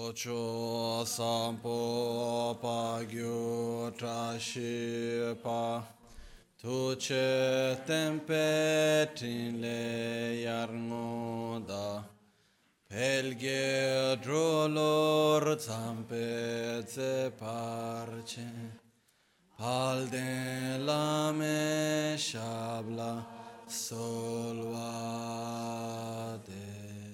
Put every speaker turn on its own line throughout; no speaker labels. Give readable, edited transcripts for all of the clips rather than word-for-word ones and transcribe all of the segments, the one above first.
Chocho sampo pa gyu trashi pa tuche tempe tinle yarngo da pelge drolor zampe ze parche palde lame shabla solvade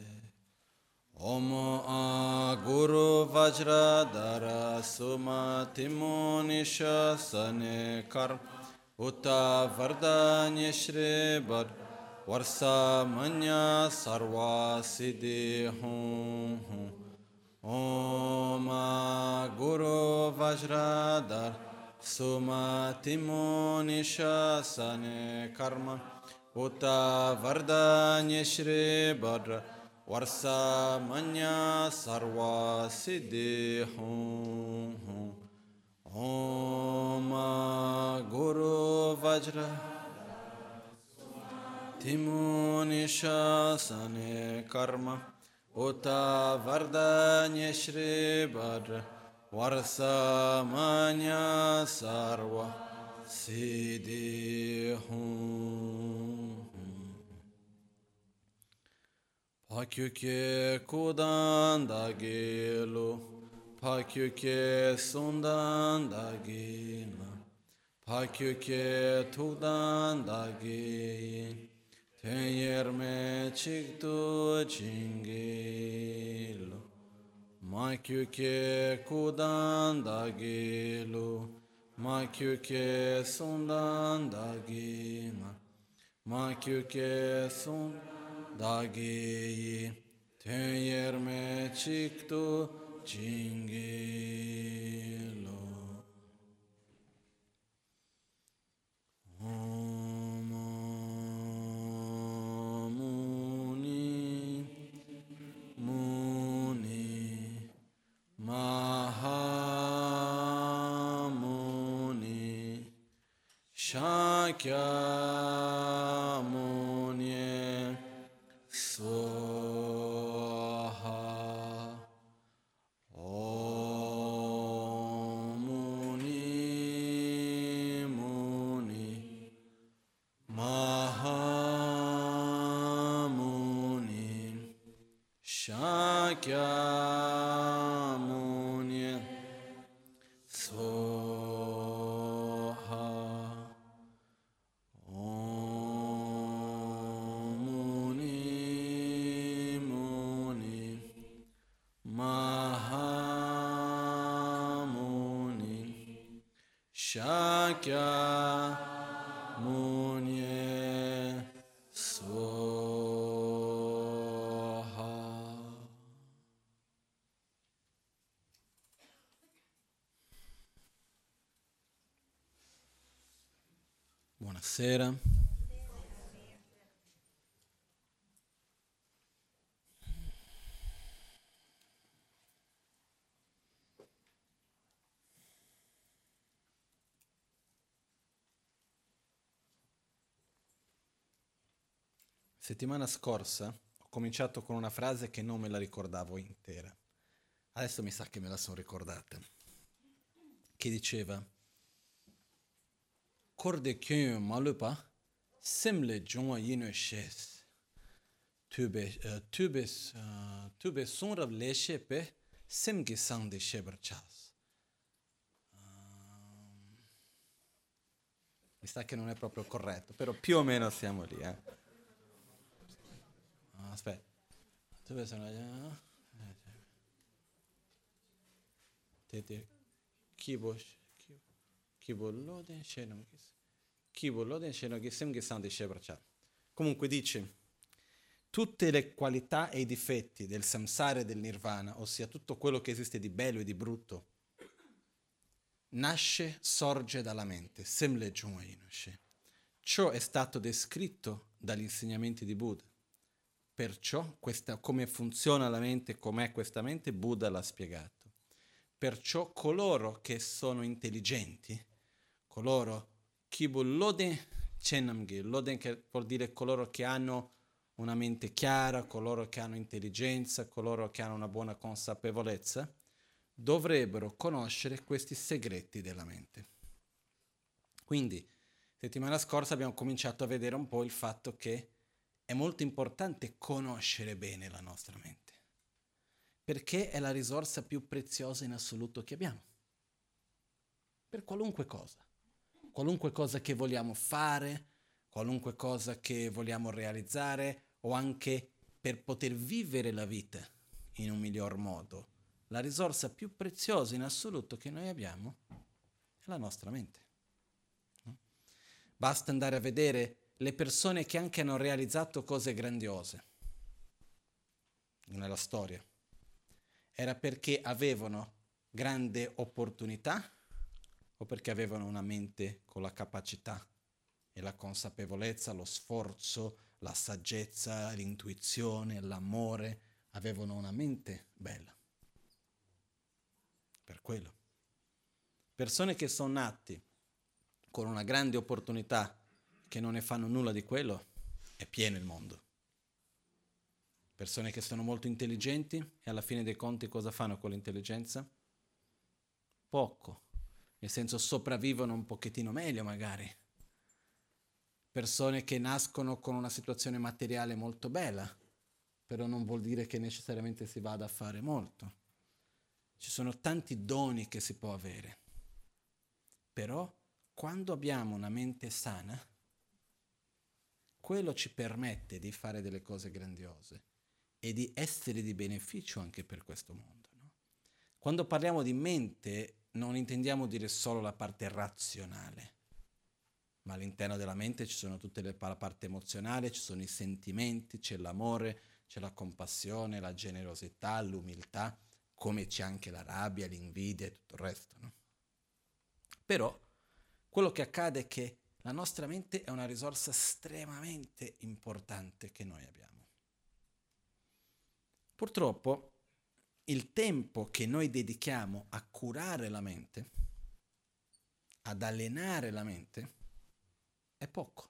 Om A Guru Vajradhara Sumati Munisha Sane Kar Uta Vardanya Shri Bad Varsa Manya Sarva Siddhi Hum Om A Guru Vajradhara Sumati Munisha Sane Karma Uta Vardanya Shri Bad Varsa Manya Sarva Siddhi Hum Om Guru Vajra Timuni Shasane Karma Uta Vardanya Shri Bhadra Varsa Manya Sarva Siddhi Hum Pakyuke kudan da gelu, pakyuke sundan da gina, pakyuke tudan da gi, tenyerme çiktu çingelu, makyuke kudan da gelu, makyuke sundan da gina, makyuke sundan Dagi tenyerme çiktu cingilo Om Muni Muni Mahamuni Shakya Swaha Om Muni Muni Mahamuni Shakya Muni Swaha Shakya Munye Swaha. Buonasera. Settimana scorsa ho cominciato con una frase che non me la ricordavo intera. Adesso mi sa che me la sono ricordata. Che diceva Korde kyo malupa semle jongwa yino shes tube sunrav leshe pe semge sangde shebar chas. Mi sa che non è proprio corretto, però più o meno siamo lì, Aspetta. Dove sono? Comunque dice, tutte le qualità e i difetti del samsara e del nirvana, ossia tutto quello che esiste di bello e di brutto, nasce, sorge dalla mente. Semle Junainoshe. Ciò è stato descritto dagli insegnamenti di Buddha. Perciò, come funziona la mente, com'è questa mente, Buddha l'ha spiegato. Perciò coloro che sono intelligenti, coloro, Kibu Loden Chenamge, Loden che vuol dire coloro che hanno una mente chiara, coloro che hanno intelligenza, coloro che hanno una buona consapevolezza, dovrebbero conoscere questi segreti della mente. Quindi, settimana scorsa abbiamo cominciato a vedere un po' il fatto che è molto importante conoscere bene la nostra mente, perché è la risorsa più preziosa in assoluto che abbiamo, per qualunque cosa che vogliamo fare, qualunque cosa che vogliamo realizzare o anche per poter vivere la vita in un miglior modo. La risorsa più preziosa in assoluto che noi abbiamo è la nostra mente. Basta andare a vedere le persone che anche hanno realizzato cose grandiose nella storia. Era perché avevano grande opportunità o perché avevano una mente con la capacità e la consapevolezza, lo sforzo, la saggezza, l'intuizione, l'amore, avevano una mente bella. Per quello. Persone che sono nati con una grande opportunità che non ne fanno nulla di quello, è pieno il mondo. Persone che sono molto intelligenti e alla fine dei conti cosa fanno con l'intelligenza? Poco. Nel senso sopravvivono un pochettino meglio magari. Persone che nascono con una situazione materiale molto bella, però non vuol dire che necessariamente si vada a fare molto. Ci sono tanti doni che si può avere, però quando abbiamo una mente sana, quello ci permette di fare delle cose grandiose e di essere di beneficio anche per questo mondo. No? Quando parliamo di mente non intendiamo dire solo la parte razionale, ma all'interno della mente ci sono tutte la parte emozionale, ci sono i sentimenti, c'è l'amore, c'è la compassione, la generosità, l'umiltà, come c'è anche la rabbia, l'invidia e tutto il resto. No? Però quello che accade è che la nostra mente è una risorsa estremamente importante che noi abbiamo. Purtroppo il tempo che noi dedichiamo a curare la mente, ad allenare la mente, è poco.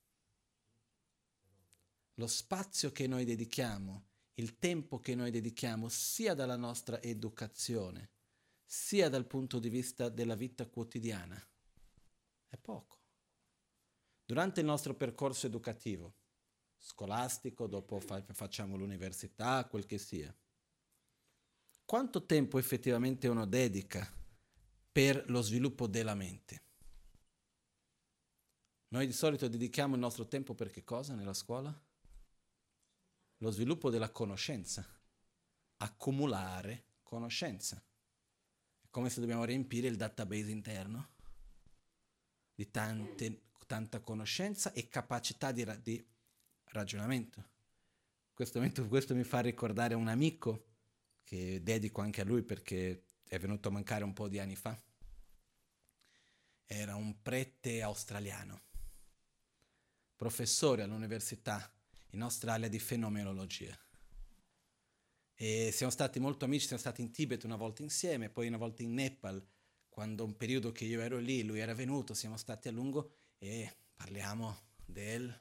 Lo spazio che noi dedichiamo, il tempo che noi dedichiamo sia dalla nostra educazione, sia dal punto di vista della vita quotidiana, è poco. Durante il nostro percorso educativo, scolastico, dopo facciamo l'università, quel che sia, quanto tempo effettivamente uno dedica per lo sviluppo della mente? Noi di solito dedichiamo il nostro tempo per che cosa nella scuola? Lo sviluppo della conoscenza, accumulare conoscenza. È come se dobbiamo riempire il database interno di tanta conoscenza e capacità di ragionamento. Questo mi fa ricordare un amico che dedico anche a lui perché è venuto a mancare un po' di anni fa. Era un prete australiano, professore all'università in Australia di fenomenologia. E siamo stati molto amici, siamo stati in Tibet una volta insieme, poi una volta in Nepal, quando un periodo che io ero lì, lui era venuto, siamo stati a lungo e parliamo del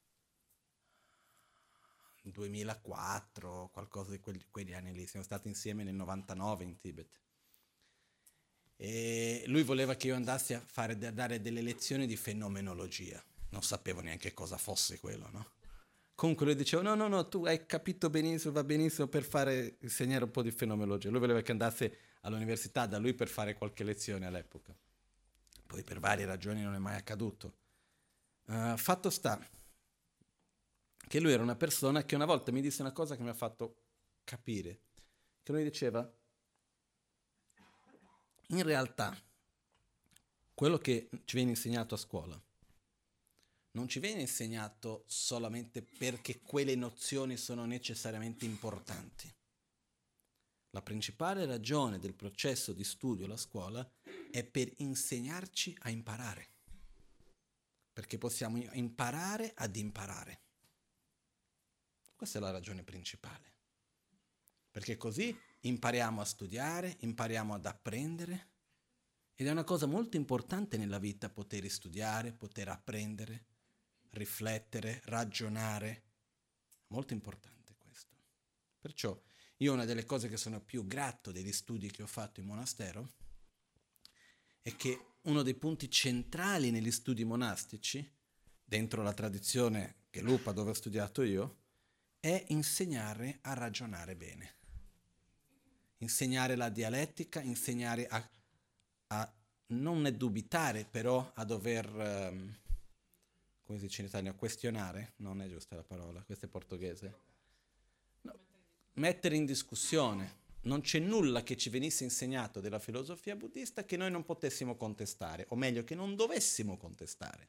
2004, qualcosa di quegli anni lì, siamo stati insieme nel 99 in Tibet. E lui voleva che io andassi a dare delle lezioni di fenomenologia, non sapevo neanche cosa fosse quello, no? Comunque lui diceva, no, tu hai capito benissimo, va benissimo per insegnare un po' di fenomenologia. Lui voleva che andassi all'università da lui per fare qualche lezione all'epoca. Poi per varie ragioni non è mai accaduto. Fatto sta che lui era una persona che una volta mi disse una cosa che mi ha fatto capire, che lui diceva, in realtà quello che ci viene insegnato a scuola non ci viene insegnato solamente perché quelle nozioni sono necessariamente importanti. La principale ragione del processo di studio alla scuola è per insegnarci a imparare, perché possiamo imparare ad imparare. Questa è la ragione principale, perché così impariamo a studiare, impariamo ad apprendere, ed è una cosa molto importante nella vita poter studiare, poter apprendere, riflettere, ragionare, molto importante questo. Perciò io una delle cose che sono più grato degli studi che ho fatto in monastero è che uno dei punti centrali negli studi monastici, dentro la tradizione Gelupa dove ho studiato io, è insegnare a ragionare bene. Insegnare la dialettica, insegnare a non ne dubitare, però a dover, come si dice in Italia, questionare, non è giusta la parola, questo è portoghese. No, mettere in discussione. Non c'è nulla che ci venisse insegnato della filosofia buddista che noi non potessimo contestare, o meglio, che non dovessimo contestare,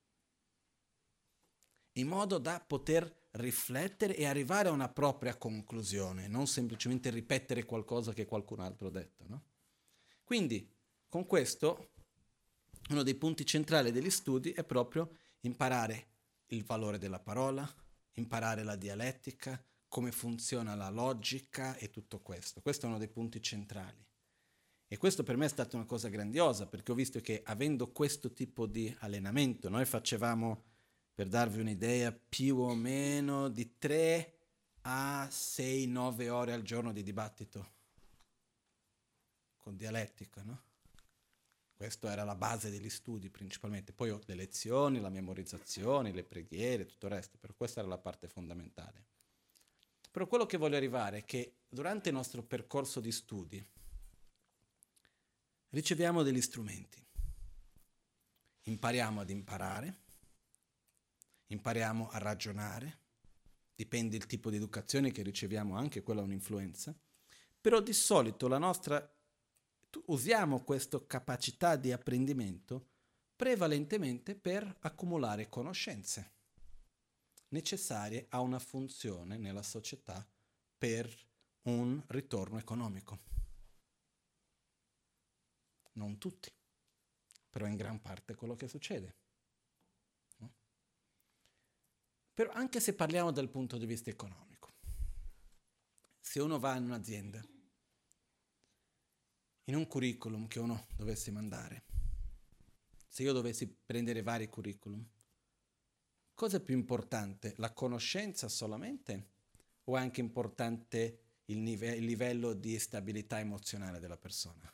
in modo da poter riflettere e arrivare a una propria conclusione, non semplicemente ripetere qualcosa che qualcun altro ha detto, no? Quindi, con questo, uno dei punti centrali degli studi è proprio imparare il valore della parola, imparare la dialettica, come funziona la logica e tutto questo. Questo è uno dei punti centrali. E questo per me è stata una cosa grandiosa, perché ho visto che avendo questo tipo di allenamento, noi facevamo, per darvi un'idea, più o meno di 3 a 6, 9 ore al giorno di dibattito con dialettica, no? Questa era la base degli studi principalmente. Poi ho le lezioni, la memorizzazione, le preghiere, tutto il resto, però questa era la parte fondamentale. Però quello che voglio arrivare è che durante il nostro percorso di studi riceviamo degli strumenti. Impariamo ad imparare, impariamo a ragionare, dipende il tipo di educazione che riceviamo, anche quella ha un'influenza, però di solito la nostra usiamo questa capacità di apprendimento prevalentemente per accumulare conoscenze necessarie a una funzione nella società per un ritorno economico. Non tutti, però in gran parte è quello che succede. No? Però anche se parliamo dal punto di vista economico, se uno va in un'azienda, in un curriculum che uno dovesse mandare, se io dovessi prendere vari curriculum, cosa è più importante? La conoscenza solamente o è anche importante il livello di stabilità emozionale della persona?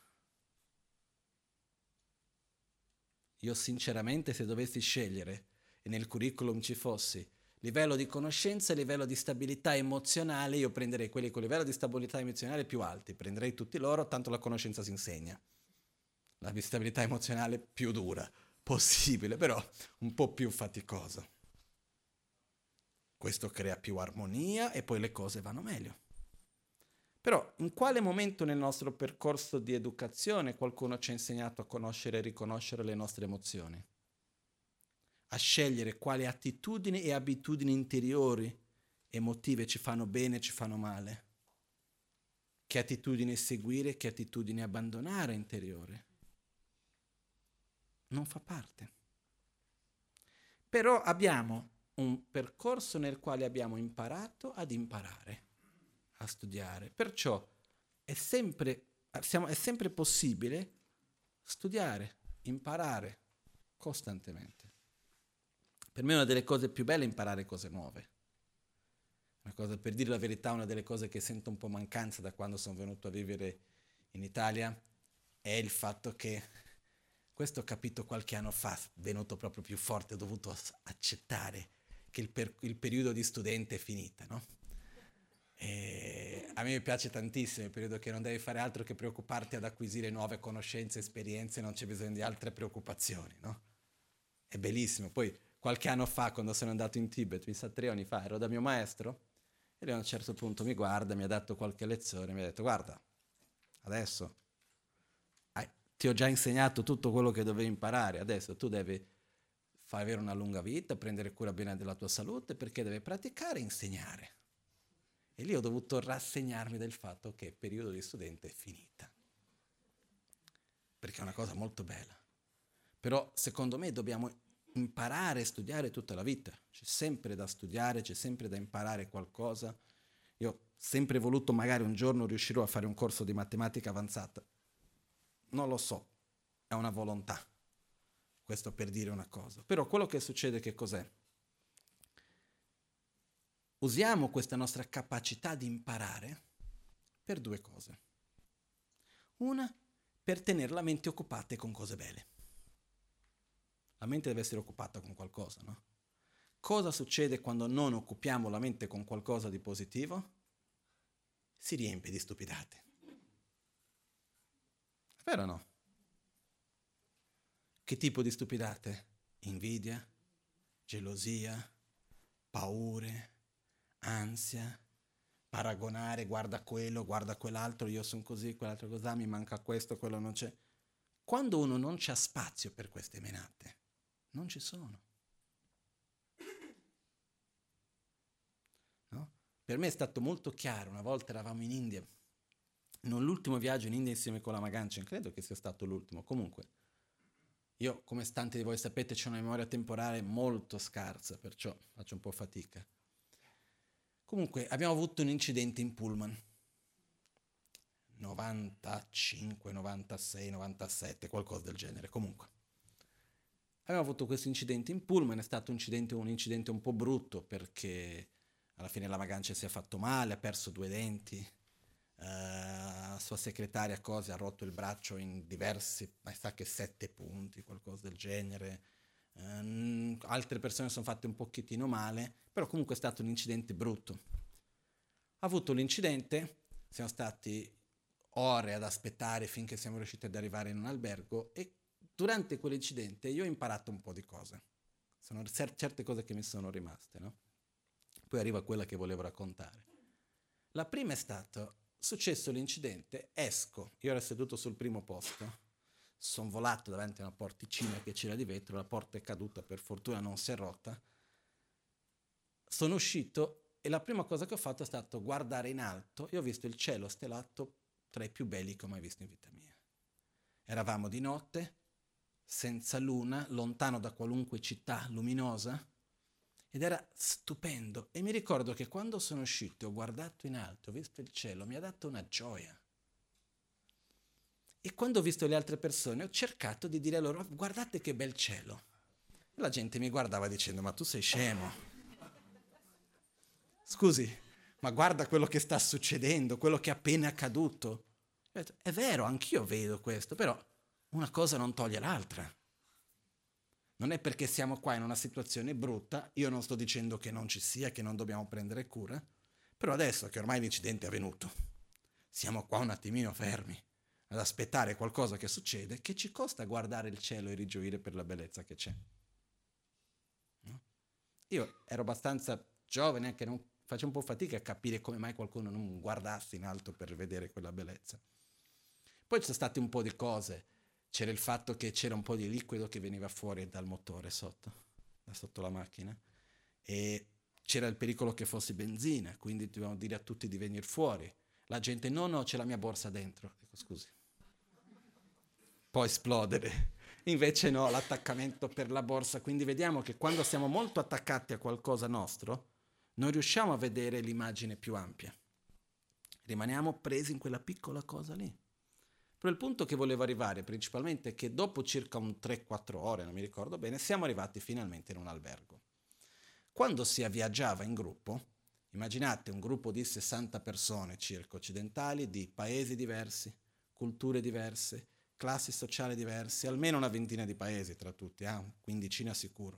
Io sinceramente, se dovessi scegliere e nel curriculum ci fosse livello di conoscenza e livello di stabilità emozionale, io prenderei quelli con livello di stabilità emozionale più alti, prenderei tutti loro, tanto la conoscenza si insegna. La stabilità emozionale più dura possibile, però un po' più faticosa. Questo crea più armonia e poi le cose vanno meglio. Però in quale momento nel nostro percorso di educazione qualcuno ci ha insegnato a conoscere e riconoscere le nostre emozioni? A scegliere quali attitudini e abitudini interiori emotive ci fanno bene e ci fanno male? Che attitudini seguire, che attitudini abbandonare interiore? Non fa parte. Però abbiamo un percorso nel quale abbiamo imparato ad imparare, a studiare. Perciò è sempre possibile studiare, imparare costantemente. Per me una delle cose più belle è imparare cose nuove. Una cosa, per dire la verità, una delle cose che sento un po' mancanza da quando sono venuto a vivere in Italia è il fatto che, questo ho capito qualche anno fa, venuto proprio più forte, ho dovuto accettare che il periodo di studente è finito, no? E a me piace tantissimo il periodo che non devi fare altro che preoccuparti ad acquisire nuove conoscenze, esperienze, non c'è bisogno di altre preoccupazioni, no? È bellissimo. Poi qualche anno fa, quando sono andato in Tibet, mi sa 3 anni fa, ero da mio maestro e lui a un certo punto mi guarda, mi ha dato qualche lezione, mi ha detto: guarda, adesso ti ho già insegnato tutto quello che dovevi imparare, adesso tu devi avere una lunga vita, prendere cura bene della tua salute, perché devi praticare e insegnare. E lì ho dovuto rassegnarmi del fatto che il periodo di studente è finita, perché è una cosa molto bella. Però secondo me dobbiamo imparare a studiare tutta la vita, c'è sempre da studiare, c'è sempre da imparare qualcosa. Io ho sempre voluto magari un giorno riuscirò a fare un corso di matematica avanzata, non lo so, è una volontà, questo per dire una cosa. Però quello che succede che cos'è? Usiamo questa nostra capacità di imparare per due cose. Una, per tenere la mente occupata con cose belle. La mente deve essere occupata con qualcosa, no? Cosa succede quando non occupiamo la mente con qualcosa di positivo? Si riempie di stupidate. È vero o no? Che tipo di stupidate? Invidia, gelosia, paure, ansia, paragonare, guarda quello, guarda quell'altro, io sono così, quell'altro cos'ha, mi manca questo, quello non c'è. Quando uno non c'ha spazio per queste menate, non ci sono. No? Per me è stato molto chiaro, una volta eravamo in India, non l'ultimo viaggio in India insieme con la Maganchen, credo che sia stato l'ultimo, comunque. Io, come tanti di voi sapete, ho una memoria temporale molto scarsa, perciò faccio un po' fatica. Comunque, abbiamo avuto un incidente in pullman. 95, 96, 97, qualcosa del genere. Comunque, abbiamo avuto questo incidente in pullman, è stato un incidente un po' brutto perché alla fine la Maganchen si è fatto male, ha perso 2 denti, sua segretaria ha rotto il braccio in diversi, ma sa che 7 punti, qualcosa del genere. Altre persone sono fatte un pochettino male, però comunque è stato un incidente brutto. Ha avuto l'incidente, siamo stati ore ad aspettare finché siamo riusciti ad arrivare in un albergo e durante quell'incidente io ho imparato un po' di cose. Sono certe cose che mi sono rimaste, no? Poi arriva quella che volevo raccontare. La prima è stato, successo l'incidente, esco, io ero seduto sul primo posto, sono volato davanti a una porticina che c'era di vetro, la porta è caduta, per fortuna non si è rotta, sono uscito e la prima cosa che ho fatto è stato guardare in alto e ho visto il cielo stellato tra i più belli che ho mai visto in vita mia. Eravamo di notte, senza luna, lontano da qualunque città luminosa, ed era stupendo. E mi ricordo che quando sono uscito, ho guardato in alto, ho visto il cielo, mi ha dato una gioia. E quando ho visto le altre persone, ho cercato di dire loro, guardate che bel cielo. La gente mi guardava dicendo, ma tu sei scemo. Scusi, ma guarda quello che sta succedendo, quello che è appena accaduto. Ho detto, è vero, anch'io vedo questo, però una cosa non toglie l'altra. Non è perché siamo qua in una situazione brutta, io non sto dicendo che non ci sia, che non dobbiamo prendere cura, però adesso che ormai l'incidente è avvenuto, siamo qua un attimino fermi ad aspettare qualcosa che succede, che ci costa guardare il cielo e rigioire per la bellezza che c'è. No? Io ero abbastanza giovane, anche non facevo un po' fatica a capire come mai qualcuno non guardasse in alto per vedere quella bellezza. Poi ci sono state un po' di cose. C'era il fatto che c'era un po' di liquido che veniva fuori dal motore da sotto la macchina, e c'era il pericolo che fosse benzina, quindi dovevamo dire a tutti di venire fuori. La gente, no, c'è la mia borsa dentro. Dico, scusi, può esplodere. Invece no, l'attaccamento per la borsa. Quindi vediamo che quando siamo molto attaccati a qualcosa nostro, non riusciamo a vedere l'immagine più ampia. Rimaniamo presi in quella piccola cosa lì. Però il punto che volevo arrivare principalmente è che dopo circa un 3-4 ore, non mi ricordo bene, siamo arrivati finalmente in un albergo. Quando si viaggiava in gruppo, immaginate un gruppo di 60 persone circa occidentali, di paesi diversi, culture diverse, classi sociali diverse, almeno una ventina di paesi tra tutti, quindicina sicuro.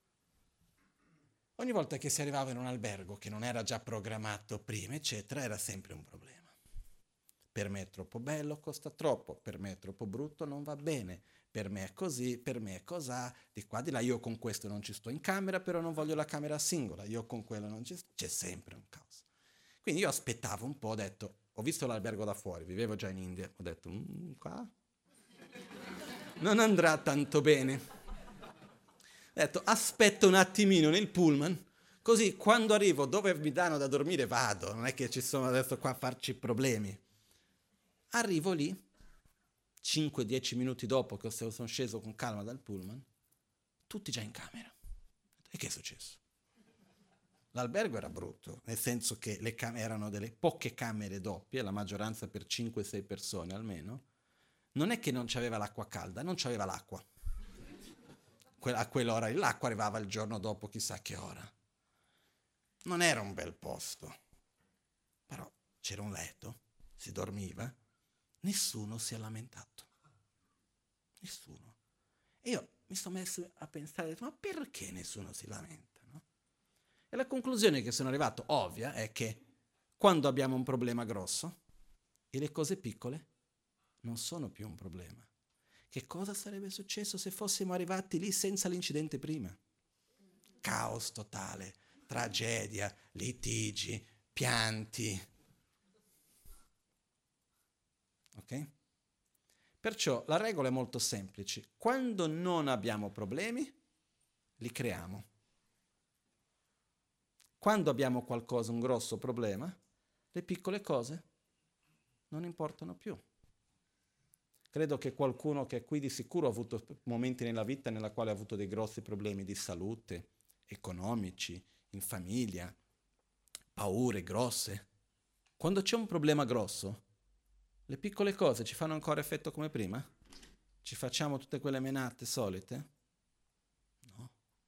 Ogni volta che si arrivava in un albergo che non era già programmato prima, eccetera, era sempre un problema. Per me è troppo bello, costa troppo, per me è troppo brutto, non va bene, per me è così, per me è cosà, di qua di là, io con questo non ci sto in camera, però non voglio la camera singola, io con quello non ci sto, c'è sempre un caos. Quindi io aspettavo un po', ho detto, ho visto l'albergo da fuori, vivevo già in India, ho detto, qua non andrà tanto bene. Ho detto, aspetto un attimino nel pullman, così quando arrivo dove mi danno da dormire vado, non è che ci sono adesso qua a farci problemi. Arrivo lì, 5-10 minuti dopo che sono sceso con calma dal pullman, tutti già in camera. E che è successo? L'albergo era brutto, nel senso che erano delle poche camere doppie, la maggioranza per 5-6 persone almeno. Non è che non c'aveva l'acqua calda, non c'aveva l'acqua. A quell'ora l'acqua arrivava il giorno dopo chissà che ora. Non era un bel posto, però c'era un letto, si dormiva, nessuno si è lamentato. Nessuno. E io mi sono messo a pensare, ma perché nessuno si lamenta? No? E la conclusione che sono arrivato, ovvia, è che quando abbiamo un problema grosso e le cose piccole non sono più un problema. Che cosa sarebbe successo se fossimo arrivati lì senza l'incidente prima? Caos totale, tragedia, litigi, pianti. Ok? Perciò la regola è molto semplice. Quando non abbiamo problemi, li creiamo. Quando abbiamo qualcosa, un grosso problema, le piccole cose non importano più. Credo che qualcuno che è qui di sicuro ha avuto momenti nella vita nella quale ha avuto dei grossi problemi di salute, economici, in famiglia, paure grosse. Quando c'è un problema grosso, le piccole cose ci fanno ancora effetto come prima? Ci facciamo tutte quelle menate solite? No.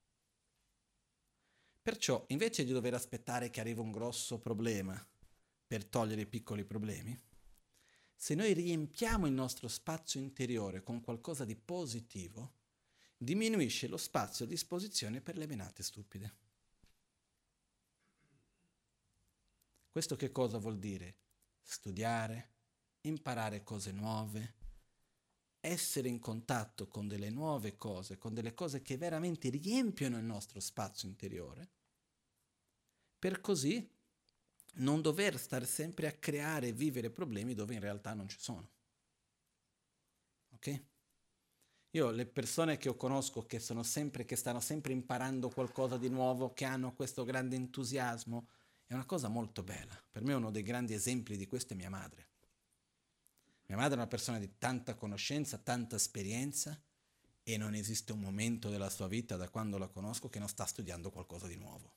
Perciò, invece di dover aspettare che arrivi un grosso problema per togliere i piccoli problemi, se noi riempiamo il nostro spazio interiore con qualcosa di positivo, diminuisce lo spazio a disposizione per le menate stupide. Questo che cosa vuol dire? Studiare, imparare cose nuove, essere in contatto con delle nuove cose, con delle cose che veramente riempiono il nostro spazio interiore, per così non dover stare sempre a creare e vivere problemi dove in realtà non ci sono. Ok? Io le persone che io conosco che stanno sempre imparando qualcosa di nuovo, che hanno questo grande entusiasmo, è una cosa molto bella. Per me uno dei grandi esempi di questo è mia madre. Mia madre è una persona di tanta conoscenza, tanta esperienza e non esiste un momento della sua vita da quando la conosco che non sta studiando qualcosa di nuovo.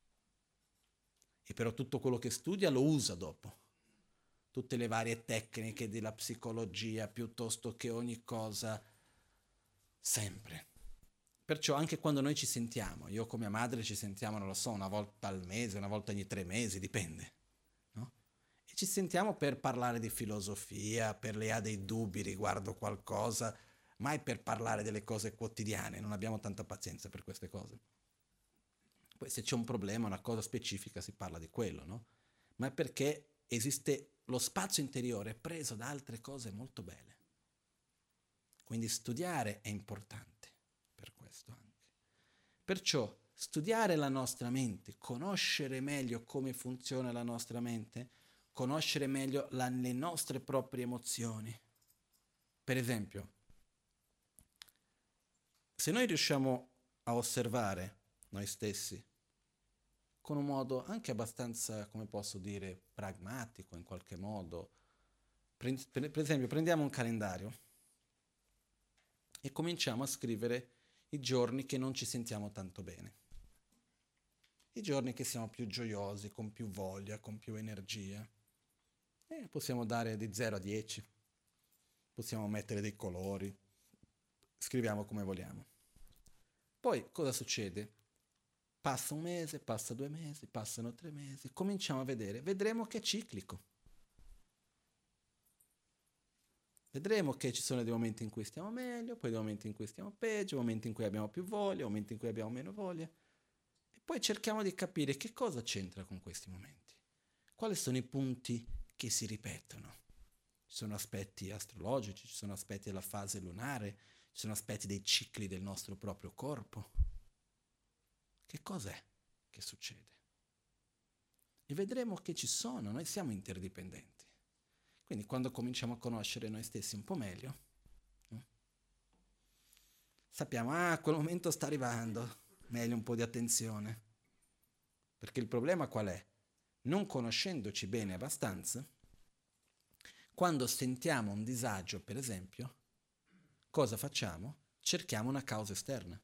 E però tutto quello che studia lo usa dopo. Tutte le varie tecniche della psicologia piuttosto che ogni cosa, sempre. Perciò anche quando noi ci sentiamo, io con mia madre ci sentiamo, non lo so, una volta al mese, una volta ogni 3 mesi, dipende. No? E ci sentiamo per parlare di filosofia, per lei ha dei dubbi riguardo qualcosa, mai per parlare delle cose quotidiane, non abbiamo tanta pazienza per queste cose. Poi se c'è un problema, una cosa specifica, si parla di quello, no? Ma è perché esiste lo spazio interiore preso da altre cose molto belle. Quindi studiare è importante per questo anche. Perciò studiare la nostra mente, conoscere meglio come funziona la nostra mente, conoscere meglio le nostre proprie emozioni. Per esempio, se noi riusciamo a osservare noi stessi con un modo anche abbastanza, come posso dire, pragmatico in qualche modo, per esempio prendiamo un calendario e cominciamo a scrivere i giorni che non ci sentiamo tanto bene, i giorni che siamo più gioiosi, con più voglia, con più energia. E possiamo dare di 0 a 10, possiamo mettere dei colori, scriviamo come vogliamo. Poi cosa succede? Passa un mese, passa 2 mesi, passano 3 mesi, cominciamo a vedremo che è ciclico. Vedremo che ci sono dei momenti in cui stiamo meglio, poi dei momenti in cui stiamo peggio, momenti in cui abbiamo più voglia, momenti in cui abbiamo meno voglia. E poi cerchiamo di capire che cosa c'entra con questi momenti. Quali sono i punti che si ripetono? Ci sono aspetti astrologici, ci sono aspetti della fase lunare, ci sono aspetti dei cicli del nostro proprio corpo. Che cos'è che succede? E vedremo che ci sono, noi siamo interdipendenti. Quindi quando cominciamo a conoscere noi stessi un po' meglio, sappiamo, quel momento sta arrivando, meglio un po' di attenzione. Perché il problema qual è? Non conoscendoci bene abbastanza, quando sentiamo un disagio, per esempio, cosa facciamo? Cerchiamo una causa esterna.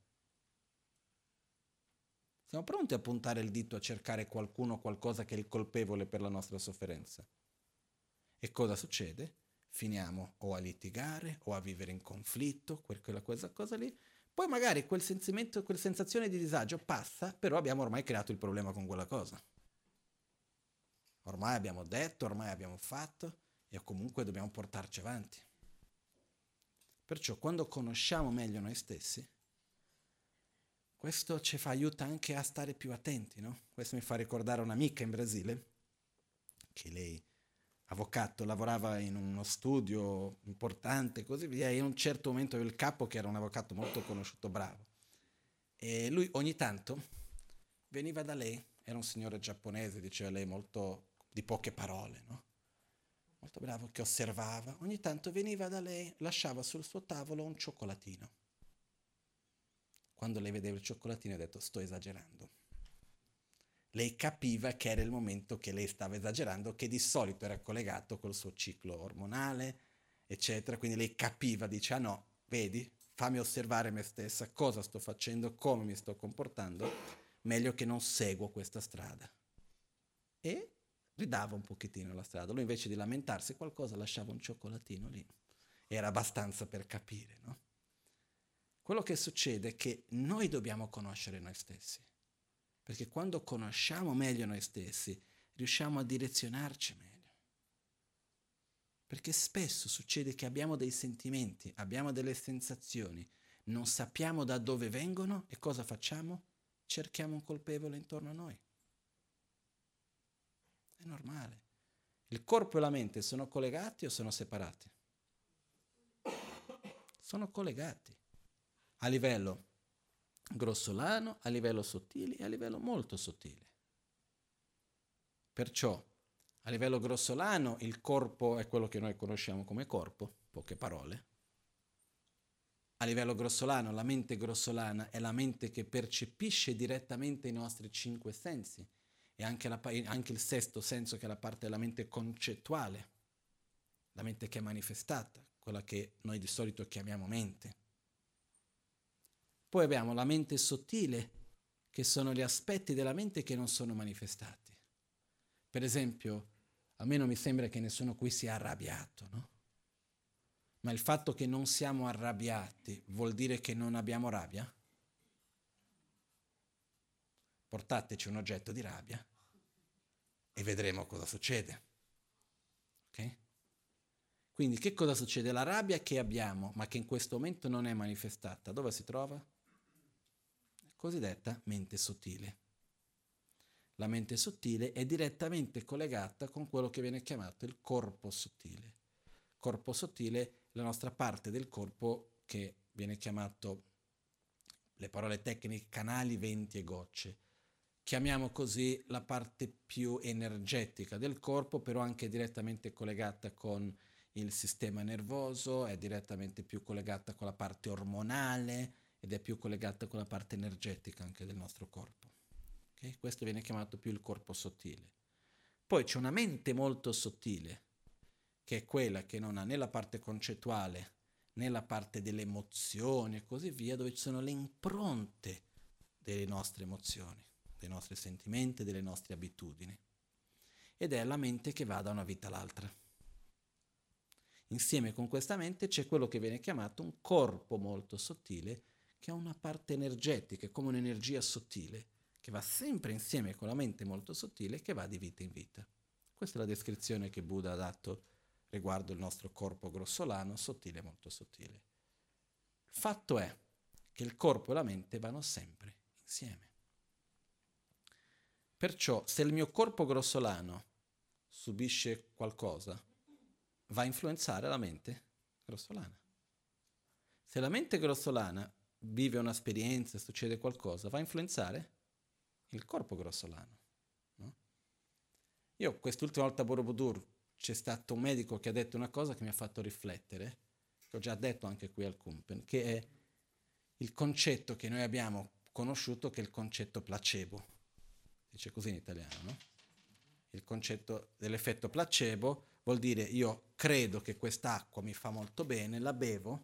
Siamo pronti a puntare il dito a cercare qualcuno o qualcosa che è il colpevole per la nostra sofferenza. E cosa succede? Finiamo o a litigare o a vivere in conflitto, quella cosa lì, Poi magari quel sentimento, quella sensazione di disagio passa, però abbiamo ormai creato il problema con quella cosa. Ormai abbiamo detto, ormai abbiamo fatto e comunque dobbiamo portarci avanti. Perciò quando conosciamo meglio noi stessi, questo ci aiuta anche a stare più attenti, no? Questo mi fa ricordare un'amica in Brasile, che lei, avvocato, lavorava in uno studio importante e così via, e in un certo momento il capo, che era un avvocato molto conosciuto, bravo, e lui ogni tanto veniva da lei, era un signore giapponese, diceva lei, molto di poche parole, no? Molto bravo, che osservava, ogni tanto veniva da lei, lasciava sul suo tavolo un cioccolatino. Quando lei vedeva il cioccolatino ha detto sto esagerando. Lei capiva che era il momento che lei stava esagerando, che di solito era collegato col suo ciclo ormonale, eccetera. Quindi lei capiva, dice, ah no, vedi, fammi osservare me stessa, cosa sto facendo, come mi sto comportando, meglio che non seguo questa strada. E ridava un pochettino la strada. Lui invece di lamentarsi qualcosa lasciava un cioccolatino lì. Era abbastanza per capire, no? Quello che succede è che noi dobbiamo conoscere noi stessi, perché quando conosciamo meglio noi stessi riusciamo a direzionarci meglio. Perché spesso succede che abbiamo dei sentimenti, abbiamo delle sensazioni, non sappiamo da dove vengono e cosa facciamo? Cerchiamo un colpevole intorno a noi. È normale. Il corpo e la mente sono collegati o sono separati? Sono collegati. A livello grossolano, a livello sottile e a livello molto sottile. Perciò, a livello grossolano, il corpo è quello che noi conosciamo come corpo, poche parole. A livello grossolano, la mente grossolana è la mente che percepisce direttamente i nostri 5 sensi e anche il sesto senso, che è la parte della mente concettuale, la mente che è manifestata, quella che noi di solito chiamiamo mente. Poi abbiamo la mente sottile, che sono gli aspetti della mente che non sono manifestati. Per esempio, a me non mi sembra che nessuno qui sia arrabbiato, no? Ma il fatto che non siamo arrabbiati vuol dire che non abbiamo rabbia? Portateci un oggetto di rabbia e vedremo cosa succede. Ok? Quindi che cosa succede? La rabbia che abbiamo, ma che in questo momento non è manifestata, dove si trova? Cosiddetta mente sottile. La mente sottile è direttamente collegata con quello che viene chiamato il corpo sottile. Corpo sottile è la nostra parte del corpo che viene chiamato, le parole tecniche, canali, venti e gocce. Chiamiamo così la parte più energetica del corpo, però anche direttamente collegata con il sistema nervoso, è direttamente più collegata con la parte ormonale ed è più collegata con la parte energetica anche del nostro corpo. Okay? Questo viene chiamato più il corpo sottile. Poi c'è una mente molto sottile, che è quella che non ha né la parte concettuale né la parte delle emozioni e così via, dove ci sono le impronte delle nostre emozioni, dei nostri sentimenti, delle nostre abitudini. Ed è la mente che va da una vita all'altra. Insieme con questa mente c'è quello che viene chiamato un corpo molto sottile, che ha una parte energetica, come un'energia sottile, che va sempre insieme con la mente molto sottile, che va di vita in vita. Questa è la descrizione che Buddha ha dato riguardo il nostro corpo grossolano, sottile, molto sottile. Il fatto è che il corpo e la mente vanno sempre insieme. Perciò, se il mio corpo grossolano subisce qualcosa, va a influenzare la mente grossolana. Se la mente grossolana vive un'esperienza, succede qualcosa, va a influenzare il corpo grossolano. No? Io quest'ultima volta a Borobudur c'è stato un medico che ha detto una cosa che mi ha fatto riflettere, che ho già detto anche qui al Kumpen, che è il concetto che noi abbiamo conosciuto, che è il concetto placebo. Dice così in italiano, no? Il concetto dell'effetto placebo vuol dire io credo che quest'acqua mi fa molto bene, la bevo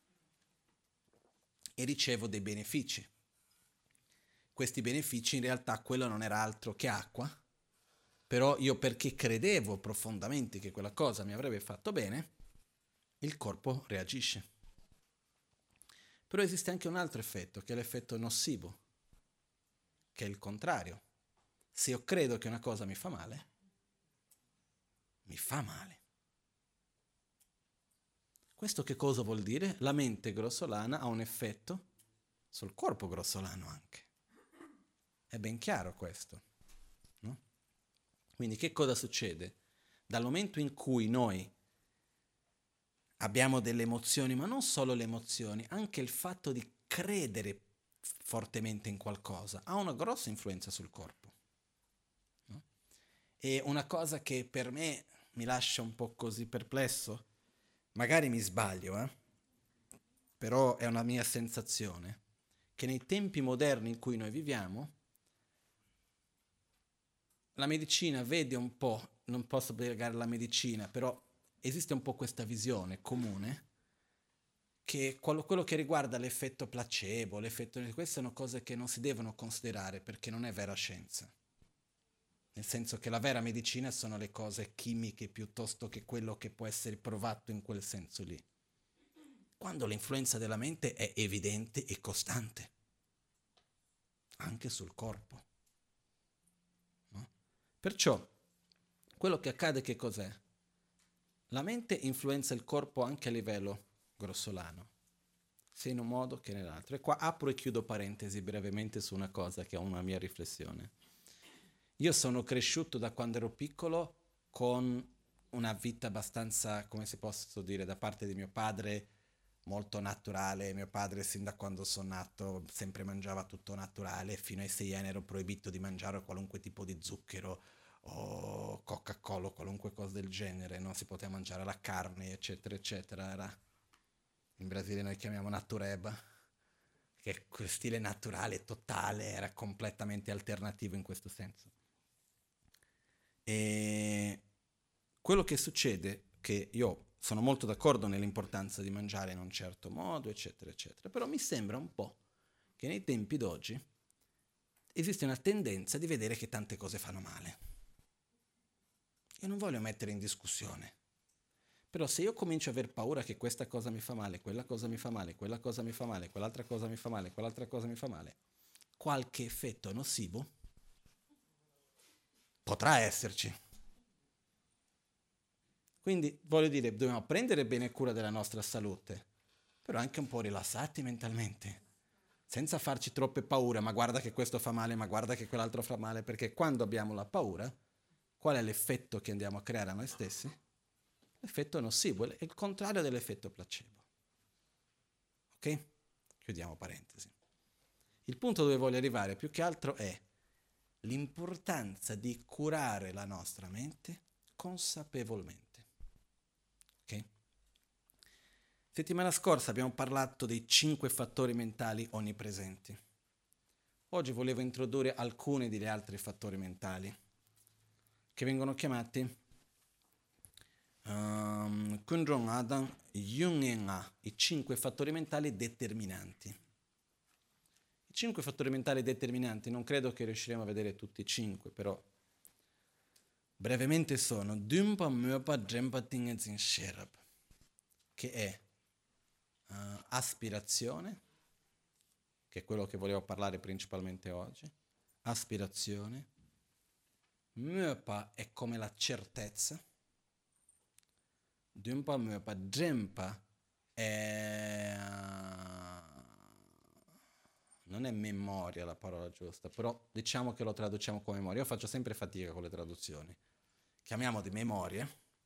e ricevo dei benefici. Questi benefici in realtà quello non era altro che acqua, però io perché credevo profondamente che quella cosa mi avrebbe fatto bene, il corpo reagisce. Però esiste anche un altro effetto, che è l'effetto nocivo, che è il contrario. Se io credo che una cosa mi fa male, mi fa male. Questo che cosa vuol dire? La mente grossolana ha un effetto sul corpo grossolano anche. È ben chiaro questo, no? Quindi che cosa succede? Dal momento in cui noi abbiamo delle emozioni, ma non solo le emozioni, anche il fatto di credere fortemente in qualcosa ha una grossa influenza sul corpo. No? E una cosa che per me mi lascia un po' così perplesso, magari mi sbaglio, però è una mia sensazione, che nei tempi moderni in cui noi viviamo, la medicina vede un po', non posso spiegare la medicina, però esiste un po' questa visione comune che quello che riguarda l'effetto placebo, queste sono cose che non si devono considerare perché non è vera scienza. Nel senso che la vera medicina sono le cose chimiche piuttosto che quello che può essere provato in quel senso lì. Quando l'influenza della mente è evidente e costante, anche sul corpo. No? Perciò, quello che accade che cos'è? La mente influenza il corpo anche a livello grossolano, sia in un modo che nell'altro. E qua apro e chiudo parentesi brevemente su una cosa che è una mia riflessione. Io sono cresciuto da quando ero piccolo con una vita abbastanza, come si posso dire, da parte di mio padre, molto naturale. Mio padre, sin da quando sono nato, sempre mangiava tutto naturale. Fino ai 6 anni ero proibito di mangiare qualunque tipo di zucchero o Coca-Cola o qualunque cosa del genere. Non si poteva mangiare la carne, eccetera, eccetera. Era, in Brasile noi chiamiamo natureba, che è quel stile naturale, totale, era completamente alternativo in questo senso. E quello che succede, che io sono molto d'accordo nell'importanza di mangiare in un certo modo, eccetera, eccetera, però mi sembra un po' che nei tempi d'oggi esiste una tendenza di vedere che tante cose fanno male. Io non voglio mettere in discussione, però se io comincio a aver paura che questa cosa mi fa male, quella cosa mi fa male, quella cosa mi fa male, quell'altra cosa mi fa male, quell'altra cosa mi fa male, qualche effetto nocivo potrà esserci. Quindi voglio dire, dobbiamo prendere bene cura della nostra salute, però anche un po' rilassati mentalmente, senza farci troppe paure, ma guarda che questo fa male, ma guarda che quell'altro fa male, perché quando abbiamo la paura, qual è l'effetto che andiamo a creare a noi stessi? L'effetto nocivo, è il contrario dell'effetto placebo. Ok? Chiudiamo parentesi. Il punto dove voglio arrivare più che altro è l'importanza di curare la nostra mente consapevolmente. Ok? Settimana scorsa abbiamo parlato dei 5 fattori mentali onnipresenti. Oggi volevo introdurre alcuni degli altri fattori mentali che vengono chiamati Kundrong Adam Jungenga, i 5 fattori mentali determinanti. I 5 fattori mentali determinanti, non credo che riusciremo a vedere tutti e 5, però brevemente sono Dumpa Myopa Drempa Tingenzin Sherab, che è aspirazione, che è quello che volevo parlare principalmente oggi. Aspirazione. Myopa è come la certezza. Dumpa Myopa Drempa è non è memoria la parola giusta, però diciamo che lo traduciamo come memoria. Io faccio sempre fatica con le traduzioni. Chiamiamo di memoria.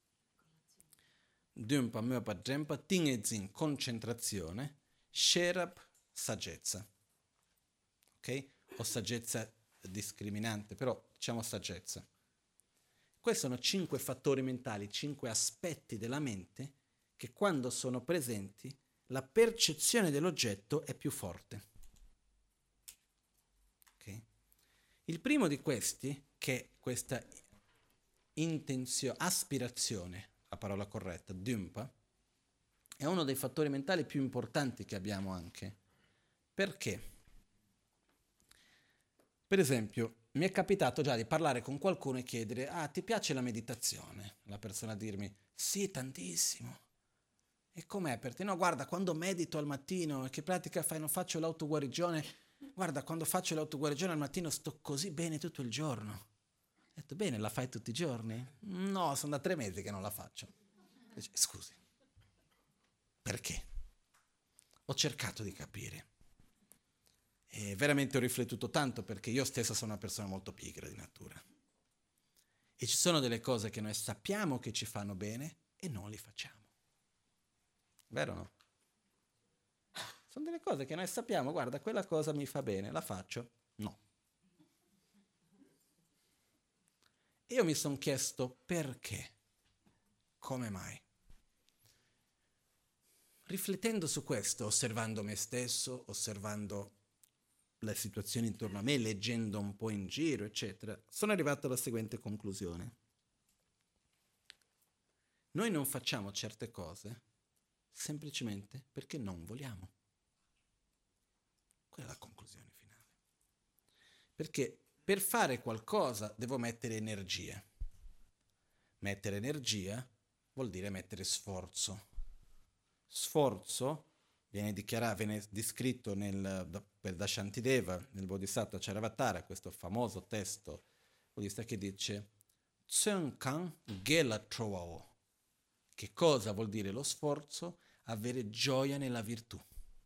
Dumpa, Myopa, Drempa, Tingezin, concentrazione, Sherab, saggezza. Ok? O saggezza discriminante, però diciamo saggezza. Questi sono 5 fattori mentali, 5 aspetti della mente che quando sono presenti la percezione dell'oggetto è più forte. Il primo di questi, che è questa aspirazione, la parola corretta, Dumpa, è uno dei fattori mentali più importanti che abbiamo anche. Perché? Per esempio, mi è capitato già di parlare con qualcuno e chiedere, ti piace la meditazione? La persona dirmi, sì, tantissimo. E com'è per te? No, guarda, quando medito al mattino, che pratica fai? Non faccio l'autoguarigione. Guarda, quando faccio l'autoguarigione al mattino sto così bene tutto il giorno. Ho detto, bene, la fai tutti i giorni? No, sono da 3 mesi che non la faccio. Dice, scusi, perché? Ho cercato di capire. E veramente ho riflettuto tanto perché io stesso sono una persona molto pigra di natura. E ci sono delle cose che noi sappiamo che ci fanno bene e non li facciamo. Vero o no? Sono delle cose che noi sappiamo, guarda, quella cosa mi fa bene, la faccio? No. E io mi sono chiesto perché? Come mai? Riflettendo su questo, osservando me stesso, osservando le situazioni intorno a me, leggendo un po' in giro, eccetera, sono arrivato alla seguente conclusione. Noi non facciamo certe cose semplicemente perché non vogliamo. Quella è la conclusione finale. Perché per fare qualcosa devo mettere energia. Mettere energia vuol dire mettere sforzo. Sforzo viene descritto da Shantideva nel Bodhisattva Charavatara, questo famoso testo buddista che dice Tsönkan Gela Trovao. Che cosa vuol dire lo sforzo? Avere gioia nella virtù.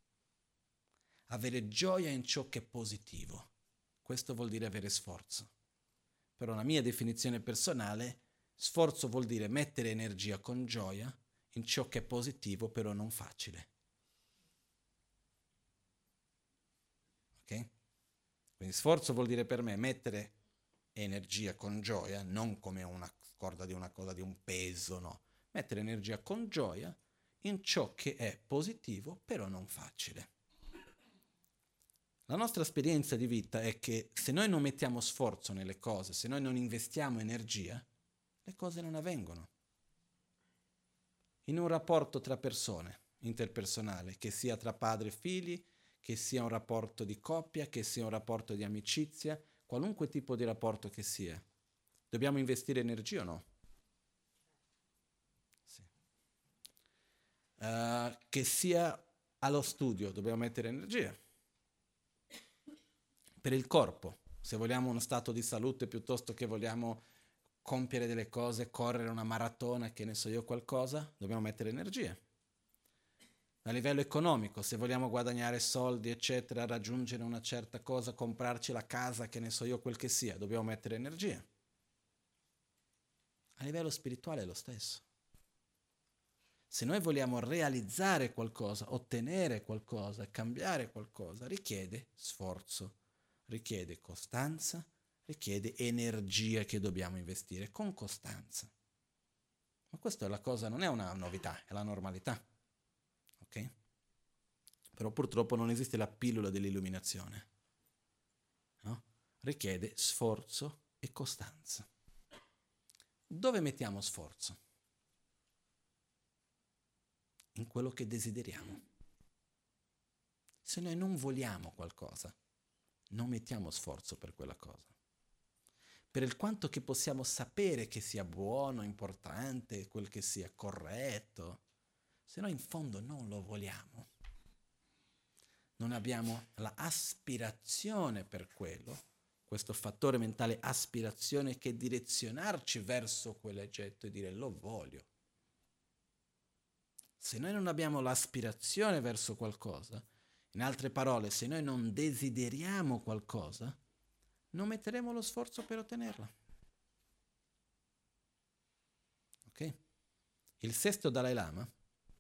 Avere gioia in ciò che è positivo. Questo vuol dire avere sforzo. Però la mia definizione personale, sforzo vuol dire mettere energia con gioia in ciò che è positivo, però non facile. Ok? Quindi sforzo vuol dire per me mettere energia con gioia, non come una scorda di una cosa, di un peso, no. Mettere energia con gioia in ciò che è positivo, però non facile. La nostra esperienza di vita è che se noi non mettiamo sforzo nelle cose, se noi non investiamo energia, le cose non avvengono. In un rapporto tra persone, interpersonale, che sia tra padri e figli, che sia un rapporto di coppia, che sia un rapporto di amicizia, qualunque tipo di rapporto che sia, dobbiamo investire energia o no? Sì. Che sia allo studio, dobbiamo mettere energia. Per il corpo, se vogliamo uno stato di salute piuttosto che vogliamo compiere delle cose, correre una maratona, che ne so io qualcosa, dobbiamo mettere energia. A livello economico, se vogliamo guadagnare soldi, eccetera, raggiungere una certa cosa, comprarci la casa, che ne so io quel che sia, dobbiamo mettere energia. A livello spirituale è lo stesso. Se noi vogliamo realizzare qualcosa, ottenere qualcosa, cambiare qualcosa, richiede sforzo, richiede costanza, richiede energia che dobbiamo investire con costanza. Ma questa è la cosa, non è una novità, è la normalità. Ok? Però purtroppo non esiste la pillola dell'illuminazione. No? Richiede sforzo e costanza. Dove mettiamo sforzo? In quello che desideriamo. Se noi non vogliamo qualcosa, non mettiamo sforzo per quella cosa. Per il quanto che possiamo sapere che sia buono, importante, quel che sia corretto, se noi in fondo non lo vogliamo, non abbiamo la aspirazione per quello, questo fattore mentale aspirazione che è direzionarci verso quell'oggetto e dire lo voglio. Se noi non abbiamo l'aspirazione verso qualcosa, in altre parole, se noi non desideriamo qualcosa, non metteremo lo sforzo per ottenerla. Ok? Il sesto Dalai Lama,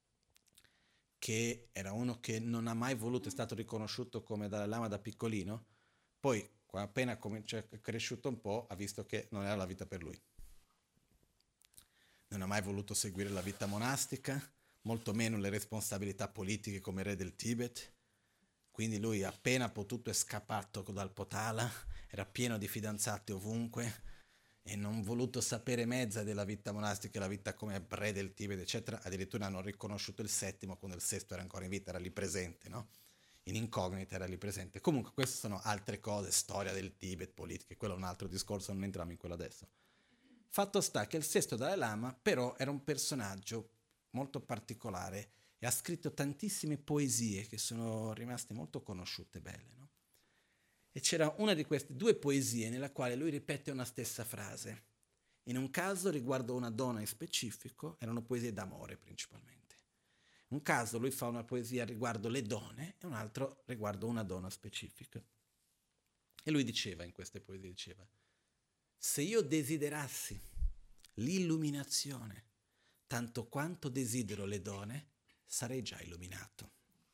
che era uno che non ha mai voluto, è stato riconosciuto come Dalai Lama da piccolino, poi appena è cresciuto un po', ha visto che non era la vita per lui. Non ha mai voluto seguire la vita monastica, molto meno le responsabilità politiche come re del Tibet. Quindi lui appena potuto è scappato dal Potala, era pieno di fidanzati ovunque e non voluto sapere mezza della vita monastica, la vita come re del Tibet, eccetera. Addirittura hanno riconosciuto il settimo quando il sesto era ancora in vita, era lì presente, no? In incognita era lì presente. Comunque queste sono altre cose, storia del Tibet, politica, quello è un altro discorso, non entriamo in quello adesso. Fatto sta che il sesto Dalai Lama però era un personaggio molto particolare e ha scritto tantissime poesie che sono rimaste molto conosciute, belle, no? E c'era una di queste due poesie nella quale lui ripete una stessa frase. In un caso riguardo una donna in specifico, erano poesie d'amore principalmente. In un caso lui fa una poesia riguardo le donne e un altro riguardo una donna specifica. E lui diceva in queste poesie, diceva, se io desiderassi l'illuminazione tanto quanto desidero le donne, sarei già illuminato.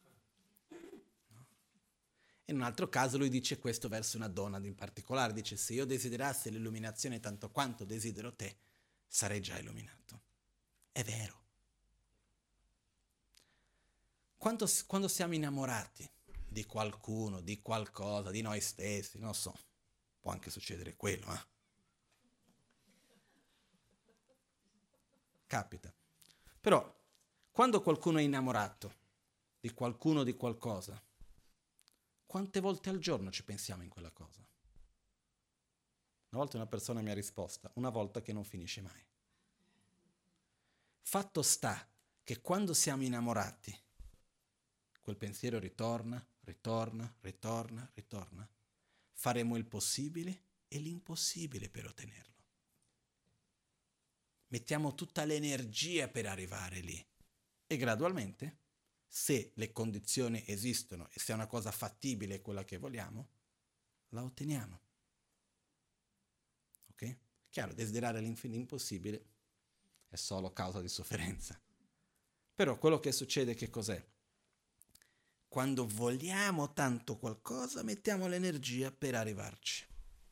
In un altro caso lui dice questo verso una donna in particolare, dice se io desiderassi l'illuminazione tanto quanto desidero te, sarei già illuminato. È vero. Quando siamo innamorati di qualcuno, di qualcosa, di noi stessi, non so, può anche succedere quello, Capita. Però, quando qualcuno è innamorato di qualcuno o di qualcosa, quante volte al giorno ci pensiamo in quella cosa? Una volta una persona mi ha risposto, una volta che non finisce mai. Fatto sta che quando siamo innamorati, quel pensiero ritorna, faremo il possibile e l'impossibile per ottenerlo. Mettiamo tutta l'energia per arrivare lì e gradualmente, se le condizioni esistono e se è una cosa fattibile quella che vogliamo, la otteniamo. Ok? Chiaro, desiderare l'impossibile è solo causa di sofferenza. Però quello che succede che cos'è? Quando vogliamo tanto qualcosa, mettiamo l'energia per arrivarci.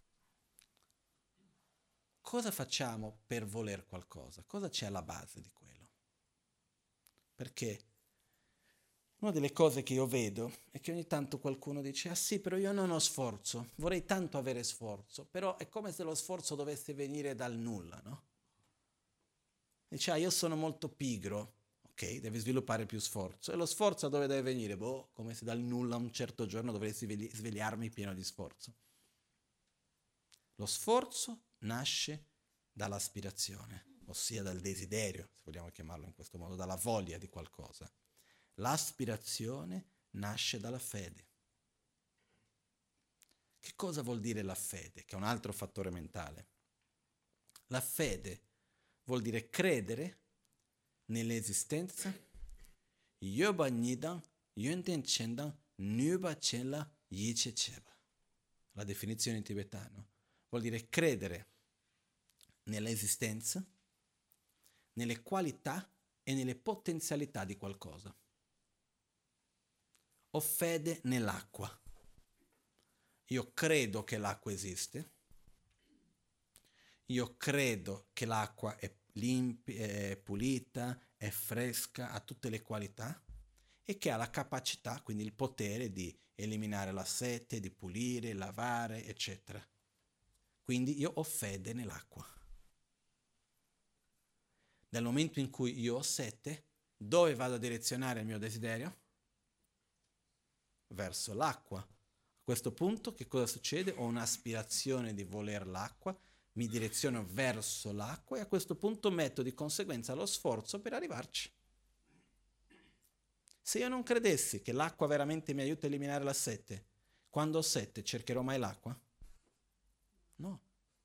Cosa facciamo per voler qualcosa? Cosa c'è alla base di quello? Perché una delle cose che io vedo è che ogni tanto qualcuno dice ah sì, però io non ho sforzo, vorrei tanto avere sforzo, però è come se lo sforzo dovesse venire dal nulla, no? Dice ah io sono molto pigro, ok, devi sviluppare più sforzo. E lo sforzo da dove deve venire? Boh, come se dal nulla un certo giorno dovessi svegliarmi pieno di sforzo. Lo sforzo nasce dall'aspirazione, ossia dal desiderio, se vogliamo chiamarlo in questo modo, dalla voglia di qualcosa. L'aspirazione nasce dalla fede. Che cosa vuol dire la fede? Che è un altro fattore mentale. La fede vuol dire credere nell'esistenza Yoba Nidan, Yunten Chendan, Nuba Chela, Yiche Cheba. La definizione in tibetano vuol dire credere nell'esistenza, nelle qualità e nelle potenzialità di qualcosa. Ho fede nell'acqua. Io credo che l'acqua esiste. Io credo che l'acqua è è pulita, è fresca, ha tutte le qualità e che ha la capacità, quindi il potere di eliminare la sete, di pulire, lavare, eccetera. Quindi io ho fede nell'acqua. Nel momento in cui io ho sete, dove vado a direzionare il mio desiderio? Verso l'acqua. A questo punto che cosa succede? Ho un'aspirazione di voler l'acqua, mi direziono verso l'acqua e a questo punto metto di conseguenza lo sforzo per arrivarci. Se io non credessi che l'acqua veramente mi aiuta a eliminare la sete, quando ho sete cercherò mai l'acqua? No.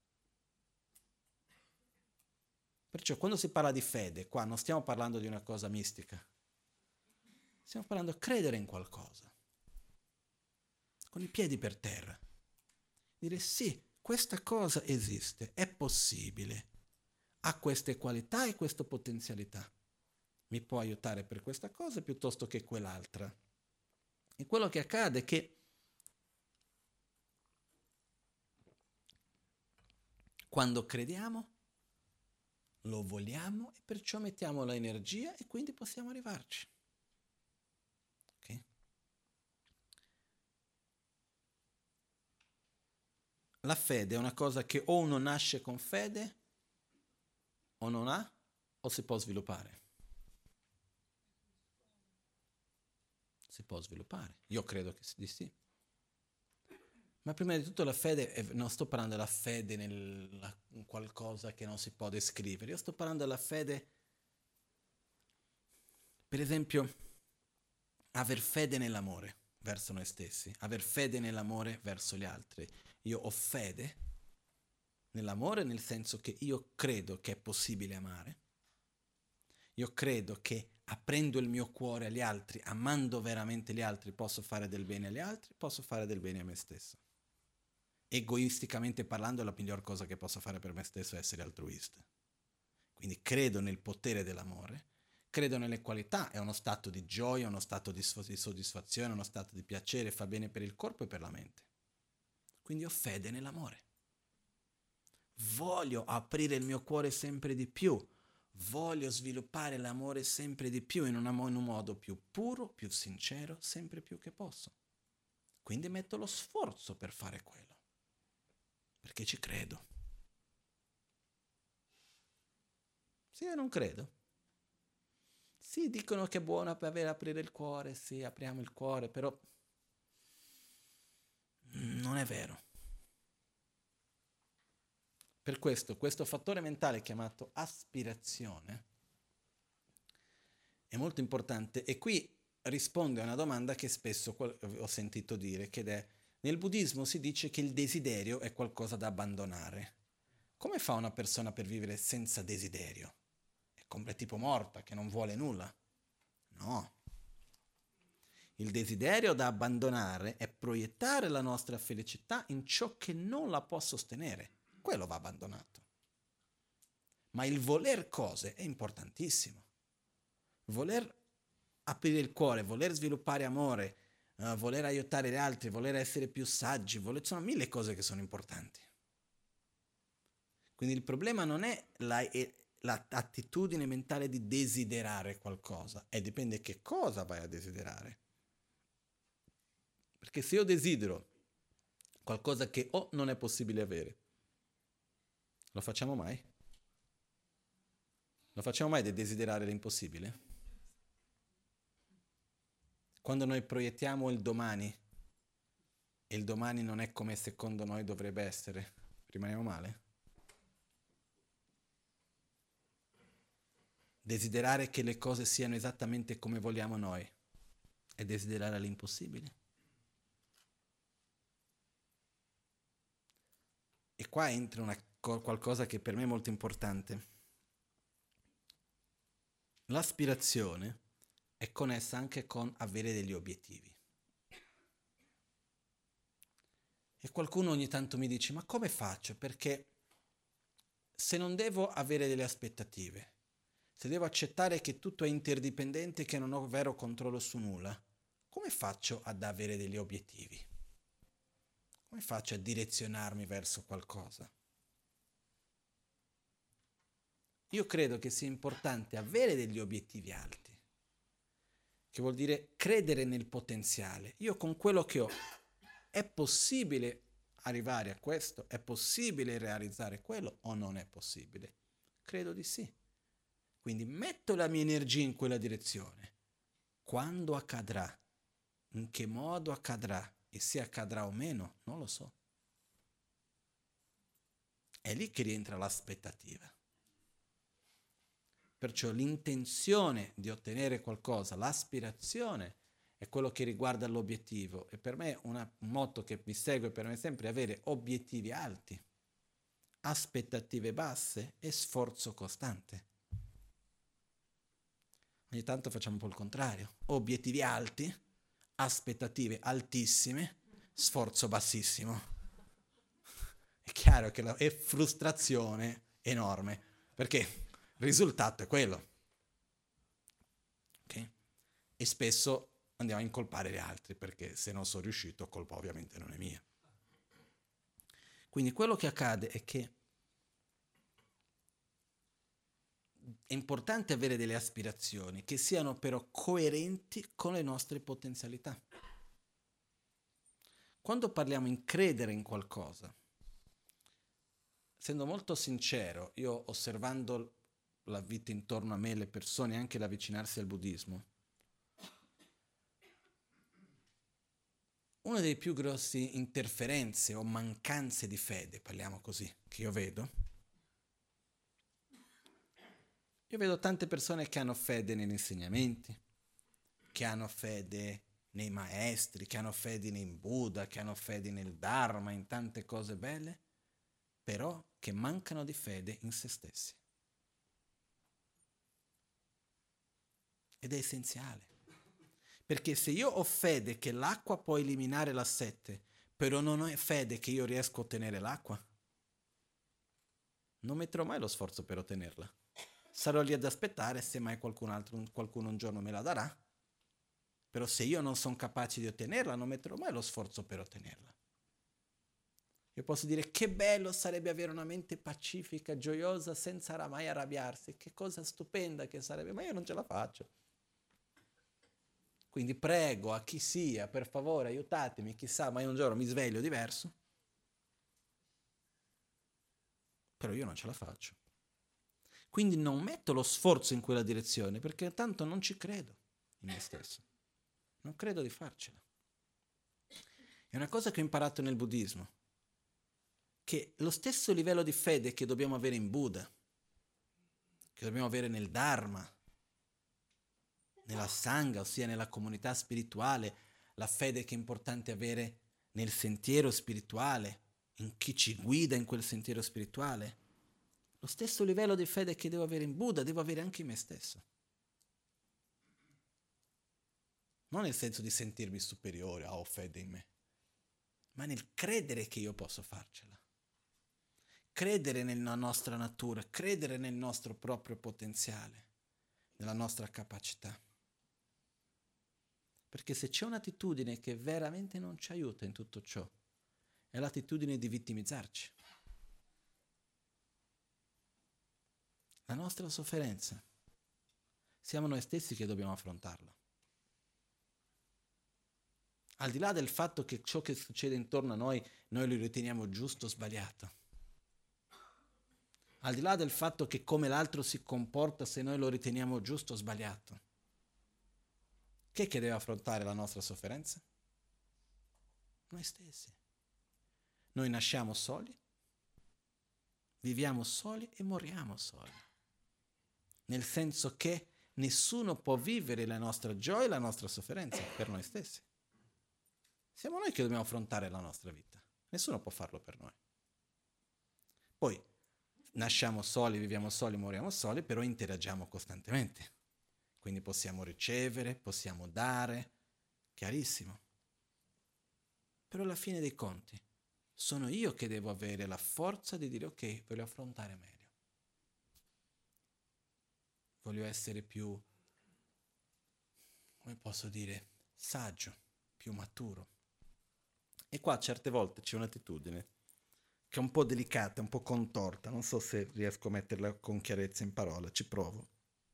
Perciò quando si parla di fede, qua non stiamo parlando di una cosa mistica, stiamo parlando di credere in qualcosa, con i piedi per terra, dire sì, questa cosa esiste, è possibile, ha queste qualità e queste potenzialità, mi può aiutare per questa cosa piuttosto che quell'altra. E quello che accade è che quando crediamo, lo vogliamo e perciò mettiamo l'energia e quindi possiamo arrivarci. Okay? La fede è una cosa che o uno nasce con fede o non ha o si può sviluppare. Si può sviluppare. Io credo che di sì. Ma prima di tutto la fede, non sto parlando della fede in qualcosa che non si può descrivere, io sto parlando della fede Per esempio, aver fede nell'amore verso noi stessi, aver fede nell'amore verso gli altri. Io ho fede nell'amore nel senso che io credo che è possibile amare, io credo che aprendo il mio cuore agli altri, amando veramente gli altri, posso fare del bene agli altri, posso fare del bene a me stesso. Egoisticamente parlando, la miglior cosa che posso fare per me stesso è essere altruista. Quindi credo nel potere dell'amore, credo nelle qualità, è uno stato di gioia, uno stato di soddisfazione, uno stato di piacere, fa bene per il corpo e per la mente. Quindi ho fede nell'amore. Voglio aprire il mio cuore sempre di più, voglio sviluppare l'amore sempre di più in un modo più puro, più sincero, sempre più che posso. Quindi metto lo sforzo per fare quello, perché ci credo. Sì, io non credo. Sì, dicono che è buono aprire il cuore, sì, apriamo il cuore, però non è vero. Per questo fattore mentale chiamato aspirazione è molto importante e qui risponde a una domanda che spesso ho sentito dire, che è nel buddismo si dice che il desiderio è qualcosa da abbandonare. Come fa una persona per vivere senza desiderio? È tipo morta, che non vuole nulla? No. Il desiderio da abbandonare è proiettare la nostra felicità in ciò che non la può sostenere. Quello va abbandonato. Ma il voler cose è importantissimo. Voler aprire il cuore, voler sviluppare amore, voler aiutare gli altri, voler essere più saggi, sono mille cose che sono importanti. Quindi il problema non è l'attitudine mentale di desiderare qualcosa, dipende che cosa vai a desiderare. Perché se io desidero qualcosa che non è possibile avere, lo facciamo mai? Lo facciamo mai di desiderare l'impossibile? Quando noi proiettiamo il domani e il domani non è come secondo noi dovrebbe essere, rimaniamo male? Desiderare che le cose siano esattamente come vogliamo noi è desiderare l'impossibile. E qua entra qualcosa che per me è molto importante. L'aspirazione è connessa anche con avere degli obiettivi. E qualcuno ogni tanto mi dice, ma come faccio? Perché se non devo avere delle aspettative, se devo accettare che tutto è interdipendente e che non ho vero controllo su nulla, come faccio ad avere degli obiettivi? Come faccio a direzionarmi verso qualcosa? Io credo che sia importante avere degli obiettivi alti, che vuol dire credere nel potenziale. Io con quello che ho, è possibile arrivare a questo? È possibile realizzare quello o non è possibile? Credo di sì. Quindi metto la mia energia in quella direzione. Quando accadrà? In che modo accadrà? E se accadrà o meno? Non lo so. È lì che rientra l'aspettativa. Perciò l'intenzione di ottenere qualcosa, l'aspirazione, è quello che riguarda l'obiettivo. E per me un motto che mi segue per me sempre è avere obiettivi alti, aspettative basse e sforzo costante. Ogni tanto facciamo un po' il contrario. Obiettivi alti, aspettative altissime, sforzo bassissimo. È chiaro che è frustrazione enorme, perché il risultato è quello. Okay? E spesso andiamo a incolpare gli altri, perché se non sono riuscito, colpa ovviamente non è mia. Quindi quello che accade è che è importante avere delle aspirazioni che siano però coerenti con le nostre potenzialità. Quando parliamo in credere in qualcosa, essendo molto sincero, io osservando la vita intorno a me, le persone, anche l'avvicinarsi al buddismo, una delle più grosse interferenze o mancanze di fede, parliamo così, che io vedo, Io vedo tante persone che hanno fede negli insegnamenti, che hanno fede nei maestri, che hanno fede in Buddha, che hanno fede nel Dharma, in tante cose belle, però che mancano di fede in se stessi. Ed è essenziale. Perché se io ho fede che l'acqua può eliminare la sete, però non ho fede che io riesco a ottenere l'acqua, non metterò mai lo sforzo per ottenerla. Sarò lì ad aspettare se mai qualcuno un giorno me la darà. Però se io non sono capace di ottenerla, non metterò mai lo sforzo per ottenerla. Io posso dire che bello sarebbe avere una mente pacifica, gioiosa, senza mai arrabbiarsi. Che cosa stupenda che sarebbe, ma io non ce la faccio. Quindi prego a chi sia, per favore, aiutatemi, chissà, mai un giorno mi sveglio diverso. Però io non ce la faccio. Quindi non metto lo sforzo in quella direzione, perché tanto non ci credo in me stesso. Non credo di farcela. È una cosa che ho imparato nel buddismo, che lo stesso livello di fede che dobbiamo avere in Buddha, che dobbiamo avere nel Dharma, nella Sangha, ossia nella comunità spirituale, la fede che è importante avere nel sentiero spirituale, in chi ci guida in quel sentiero spirituale, lo stesso livello di fede che devo avere in Buddha, devo avere anche in me stesso. Non nel senso di sentirmi superiore, ho fede in me, ma nel credere che io posso farcela. Credere nella nostra natura, credere nel nostro proprio potenziale, nella nostra capacità. Perché se c'è un'attitudine che veramente non ci aiuta in tutto ciò, è l'attitudine di vittimizzarci. La nostra sofferenza, siamo noi stessi che dobbiamo affrontarla. Al di là del fatto che ciò che succede intorno a noi lo riteniamo giusto o sbagliato. Al di là del fatto che come l'altro si comporta se noi lo riteniamo giusto o sbagliato. Chi è che deve affrontare la nostra sofferenza? Noi stessi. Noi nasciamo soli, viviamo soli e moriamo soli. Nel senso che nessuno può vivere la nostra gioia e la nostra sofferenza per noi stessi. Siamo noi che dobbiamo affrontare la nostra vita. Nessuno può farlo per noi. Poi, nasciamo soli, viviamo soli, moriamo soli, però interagiamo costantemente. Quindi possiamo ricevere, possiamo dare, chiarissimo. Però alla fine dei conti, sono io che devo avere la forza di dire ok, voglio affrontare meglio. Voglio essere più, come posso dire, saggio, più maturo. E qua certe volte c'è un'attitudine che è un po' delicata, un po' contorta, non so se riesco a metterla con chiarezza in parola, ci provo.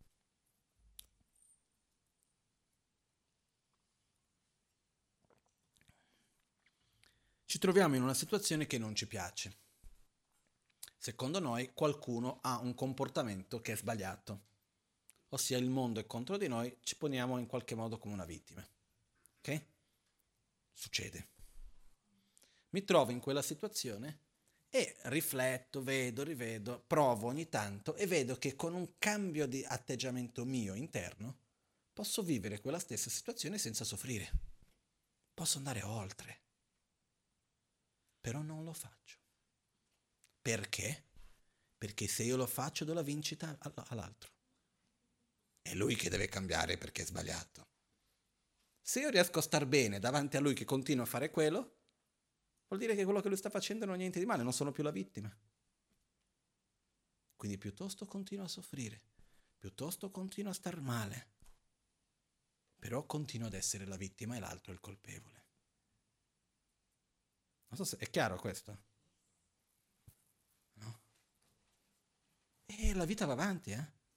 Ci troviamo in una situazione che non ci piace. Secondo noi qualcuno ha un comportamento che è sbagliato, ossia il mondo è contro di noi, ci poniamo in qualche modo come una vittima. Ok? Succede. Mi trovo in quella situazione e rifletto, vedo, rivedo, provo ogni tanto e vedo che con un cambio di atteggiamento mio interno posso vivere quella stessa situazione senza soffrire. Posso andare oltre. Però non lo faccio. Perché? Perché se io lo faccio do la vincita all'altro. È lui che deve cambiare perché è sbagliato. Se io riesco a star bene davanti a lui che continua a fare quello, vuol dire che quello che lui sta facendo non è niente di male, non sono più la vittima. Quindi piuttosto continuo a soffrire, piuttosto continuo a star male, però continuo ad essere la vittima e l'altro è il colpevole. Non so se è chiaro questo. No? E la vita va avanti,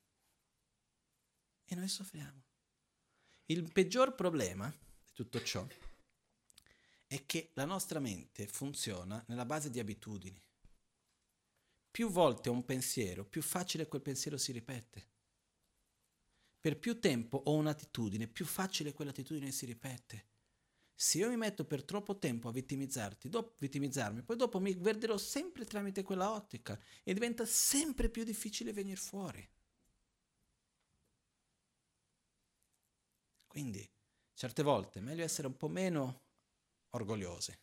E noi soffriamo. Il peggior problema di tutto ciò è che la nostra mente funziona nella base di abitudini. Più volte ho un pensiero, più facile quel pensiero si ripete. Per più tempo ho un'attitudine, più facile quell'attitudine si ripete. Se io mi metto per troppo tempo a vittimizzarmi, poi dopo mi guarderò sempre tramite quella ottica e diventa sempre più difficile venire fuori. Quindi, certe volte è meglio essere un po' meno orgogliosi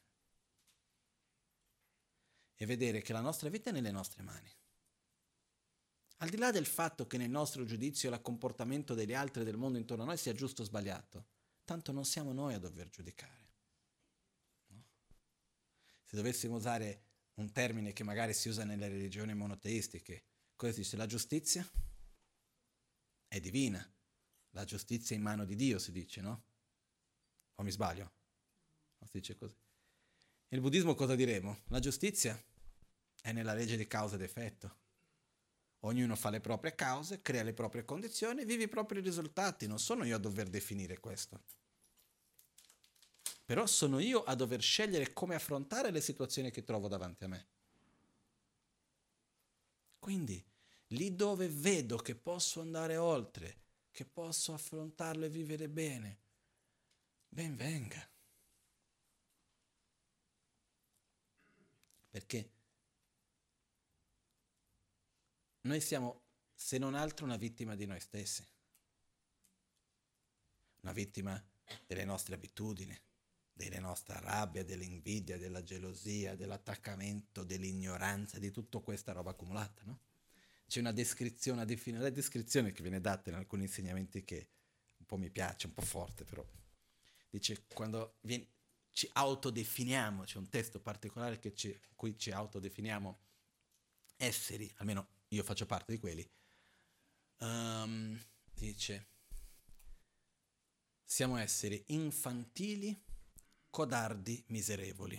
e vedere che la nostra vita è nelle nostre mani. Al di là del fatto che nel nostro giudizio il comportamento degli altri e del mondo intorno a noi sia giusto o sbagliato, tanto non siamo noi a dover giudicare. No? Se dovessimo usare un termine che magari si usa nelle religioni monoteistiche, cosa si dice? La giustizia è divina, la giustizia è in mano di Dio, si dice, no? O mi sbaglio? Non si dice così. Nel buddismo cosa diremo? La giustizia è nella legge di causa ed effetto. Ognuno fa le proprie cause, crea le proprie condizioni, vive i propri risultati. Non sono io a dover definire questo. Però sono io a dover scegliere come affrontare le situazioni che trovo davanti a me. Quindi, lì dove vedo che posso andare oltre, che posso affrontarlo e vivere bene, ben venga. Perché noi siamo, se non altro, una vittima di noi stessi. Una vittima delle nostre abitudini, della nostra rabbia, dell'invidia, della gelosia, dell'attaccamento, dell'ignoranza, di tutta questa roba accumulata, no? C'è una descrizione, una descrizione che viene data in alcuni insegnamenti che un po' mi piace, un po' forte però. Dice, quando ci autodefiniamo, c'è un testo particolare in cui ci autodefiniamo esseri, almeno io faccio parte di quelli, dice, siamo esseri infantili, codardi, miserevoli.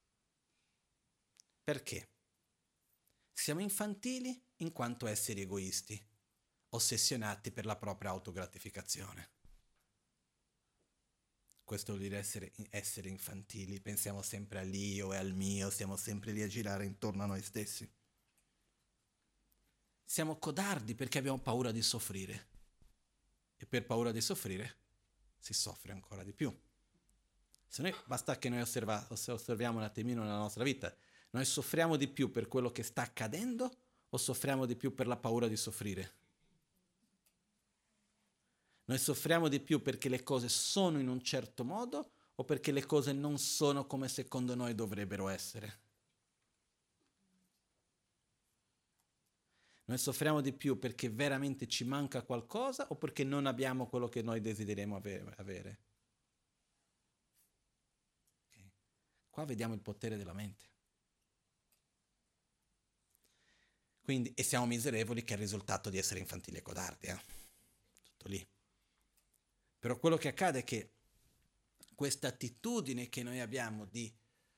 Perché? Siamo infantili in quanto esseri egoisti, ossessionati per la propria autogratificazione. Questo vuol dire essere infantili, pensiamo sempre all'io e al mio, siamo sempre lì a girare intorno a noi stessi. Siamo codardi perché abbiamo paura di soffrire e per paura di soffrire si soffre ancora di più. Se noi, basta che noi osserviamo un attimino nella nostra vita, noi soffriamo di più per quello che sta accadendo o soffriamo di più per la paura di soffrire? Noi soffriamo di più perché le cose sono in un certo modo o perché le cose non sono come secondo noi dovrebbero essere? Noi soffriamo di più perché veramente ci manca qualcosa o perché non abbiamo quello che noi desideriamo avere? Okay. Qua vediamo il potere della mente. Quindi, e siamo miserevoli che è il risultato di essere infantili e codardi. Tutto lì. Però quello che accade è che questa attitudine che noi abbiamo di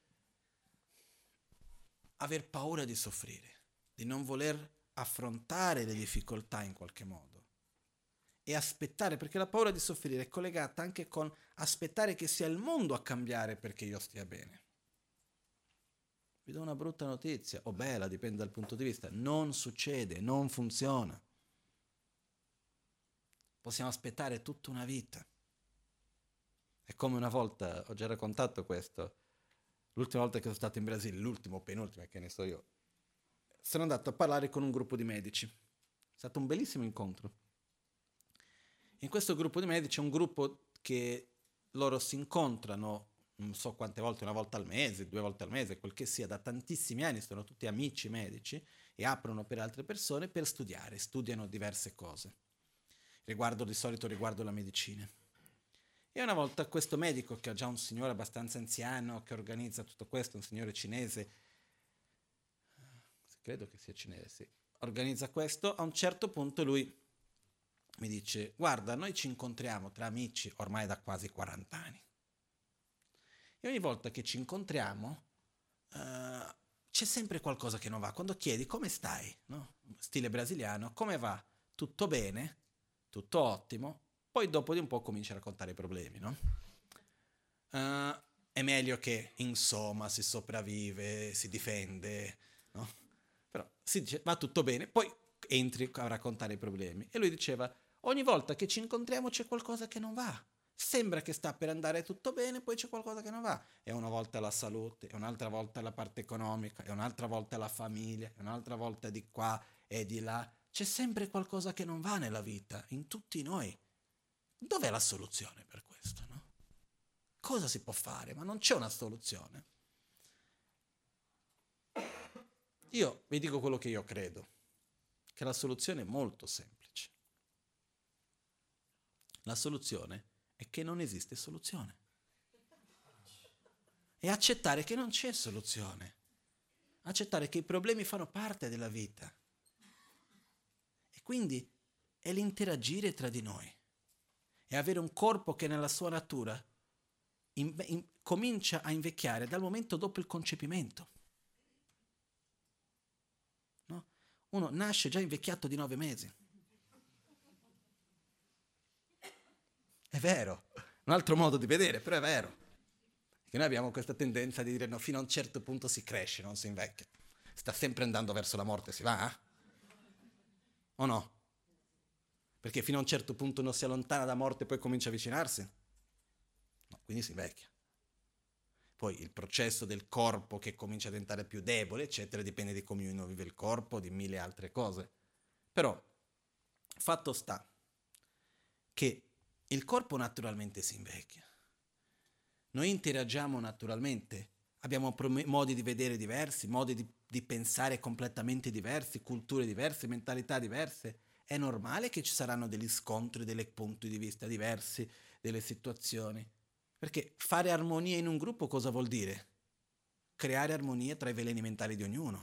aver paura di soffrire, di non voler affrontare le difficoltà in qualche modo e aspettare, perché la paura di soffrire è collegata anche con aspettare che sia il mondo a cambiare perché io stia bene. Vi do una brutta notizia, o bella, dipende dal punto di vista, non succede, non funziona. Possiamo aspettare tutta una vita. È come una volta, ho già raccontato questo, l'ultima volta che sono stato in Brasile, l'ultimo o penultima, che ne so io, sono andato a parlare con un gruppo di medici. È stato un bellissimo incontro. In questo gruppo di medici è un gruppo che loro si incontrano, non so quante volte, una volta al mese, 2 volte al mese, quel che sia, da tantissimi anni, sono tutti amici medici e aprono per altre persone per studiare, studiano diverse cose, di solito riguardo la medicina. E una volta questo medico, che è già un signore abbastanza anziano, che organizza tutto questo, un signore cinese, credo che sia cinese, sì, organizza questo, a un certo punto lui mi dice, guarda, noi ci incontriamo tra amici ormai da quasi 40 anni. E ogni volta che ci incontriamo c'è sempre qualcosa che non va. Quando chiedi come stai, no? Stile brasiliano, come va? Tutto bene? Tutto ottimo? Poi dopo di un po' cominci a raccontare i problemi, no? È meglio che insomma si sopravvive, si difende, no? Però si dice va tutto bene, poi entri a raccontare i problemi. E lui diceva, ogni volta che ci incontriamo c'è qualcosa che non va. Sembra che sta per andare tutto bene, poi c'è qualcosa che non va. E una volta la salute, e un'altra volta la parte economica, e un'altra volta la famiglia, e un'altra volta di qua e di là. C'è sempre qualcosa che non va nella vita, in tutti noi. Dov'è la soluzione per questo, no? Cosa si può fare? Ma non c'è una soluzione. Io vi dico quello che io credo, che la soluzione è molto semplice. La soluzione è che non esiste soluzione. E accettare che non c'è soluzione. Accettare che i problemi fanno parte della vita. E quindi è l'interagire tra di noi. È avere un corpo che nella sua natura comincia a invecchiare dal momento dopo il concepimento. No? Uno nasce già invecchiato di 9 mesi. È vero, un altro modo di vedere, però è vero. Perché noi abbiamo questa tendenza di dire no, fino a un certo punto si cresce, non si invecchia. Sta sempre andando verso la morte, si va? O no? Perché fino a un certo punto uno si allontana da morte e poi comincia a avvicinarsi? No, quindi si invecchia. Poi il processo del corpo che comincia a diventare più debole, eccetera, dipende di come uno vive il corpo, di mille altre cose. Però, fatto sta che il corpo naturalmente si invecchia. Noi interagiamo naturalmente, abbiamo modi di vedere diversi, modi di pensare completamente diversi, culture diverse, mentalità diverse. È normale che ci saranno degli scontri, dei punti di vista diversi, delle situazioni. Perché fare armonia in un gruppo cosa vuol dire? Creare armonia tra i veleni mentali di ognuno.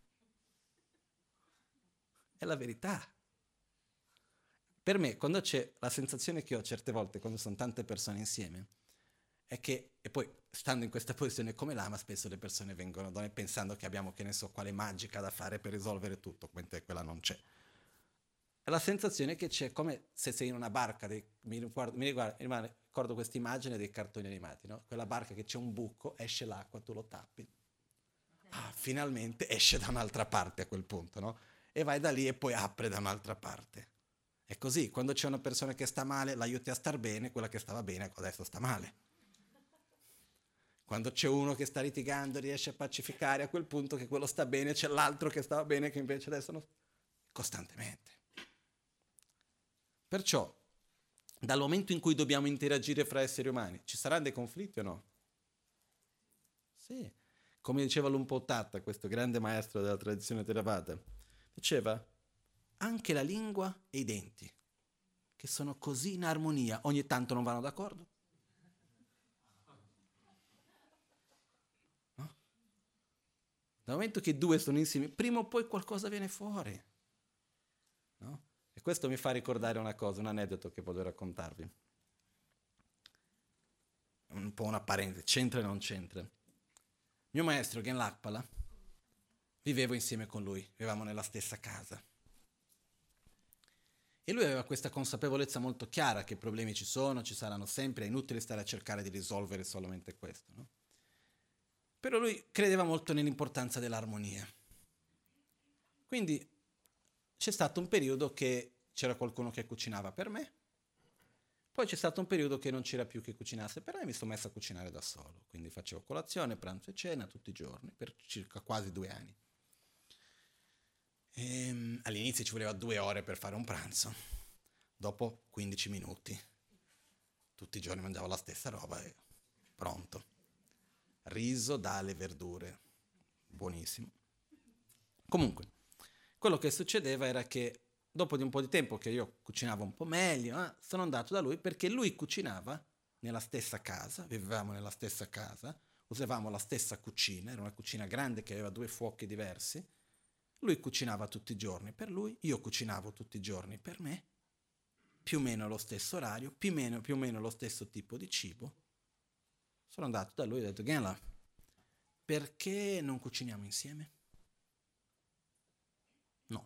È la verità. Per me, quando c'è la sensazione che ho certe volte, quando sono tante persone insieme, è che, e poi stando in questa posizione come lama, spesso le persone vengono da noi pensando che abbiamo, che ne so, quale magica da fare per risolvere tutto, mentre quella non c'è. È la sensazione che c'è come se sei in una barca, mi ricordo questa immagine dei cartoni animati, no? Quella barca che c'è un buco, esce l'acqua, tu lo tappi. Ah, finalmente esce da un'altra parte a quel punto, no? E vai da lì e poi apre da un'altra parte. È così, quando c'è una persona che sta male, l'aiuti a star bene, quella che stava bene adesso sta male. Quando c'è uno che sta litigando, riesce a pacificare, a quel punto che quello sta bene, c'è l'altro che stava bene, che invece adesso non... Costantemente. Perciò, dal momento in cui dobbiamo interagire fra esseri umani, ci saranno dei conflitti o no? Sì. Come diceva Lumpur Tatta, questo grande maestro della tradizione Theravada, diceva, anche la lingua e i denti, che sono così in armonia, ogni tanto non vanno d'accordo. No? Dal momento che due sono insieme, prima o poi qualcosa viene fuori. No? E questo mi fa ricordare una cosa, un aneddoto che voglio raccontarvi. Un po' una parentesi, c'entra e non c'entra. Mio maestro Gen Lakpala, vivevo insieme con lui, vivevamo nella stessa casa. E lui aveva questa consapevolezza molto chiara che i problemi ci sono, ci saranno sempre, è inutile stare a cercare di risolvere solamente questo, no? Però lui credeva molto nell'importanza dell'armonia. Quindi c'è stato un periodo che c'era qualcuno che cucinava per me, poi c'è stato un periodo che non c'era più chi cucinasse per me e mi sono messo a cucinare da solo. Quindi facevo colazione, pranzo e cena tutti i giorni, per circa quasi 2 anni. All'inizio ci voleva 2 ore per fare un pranzo, dopo 15 minuti. Tutti i giorni mangiavo la stessa roba e pronto. Riso dalle verdure, buonissimo. Comunque, quello che succedeva era che dopo di un po' di tempo che io cucinavo un po' meglio, sono andato da lui perché lui cucinava nella stessa casa, vivevamo nella stessa casa, usavamo la stessa cucina, era una cucina grande che aveva 2 fuochi diversi. Lui cucinava tutti i giorni per lui, io cucinavo tutti i giorni per me, più o meno lo stesso orario, più o meno lo stesso tipo di cibo. Sono andato da lui e ho detto, Genla, perché non cuciniamo insieme? No.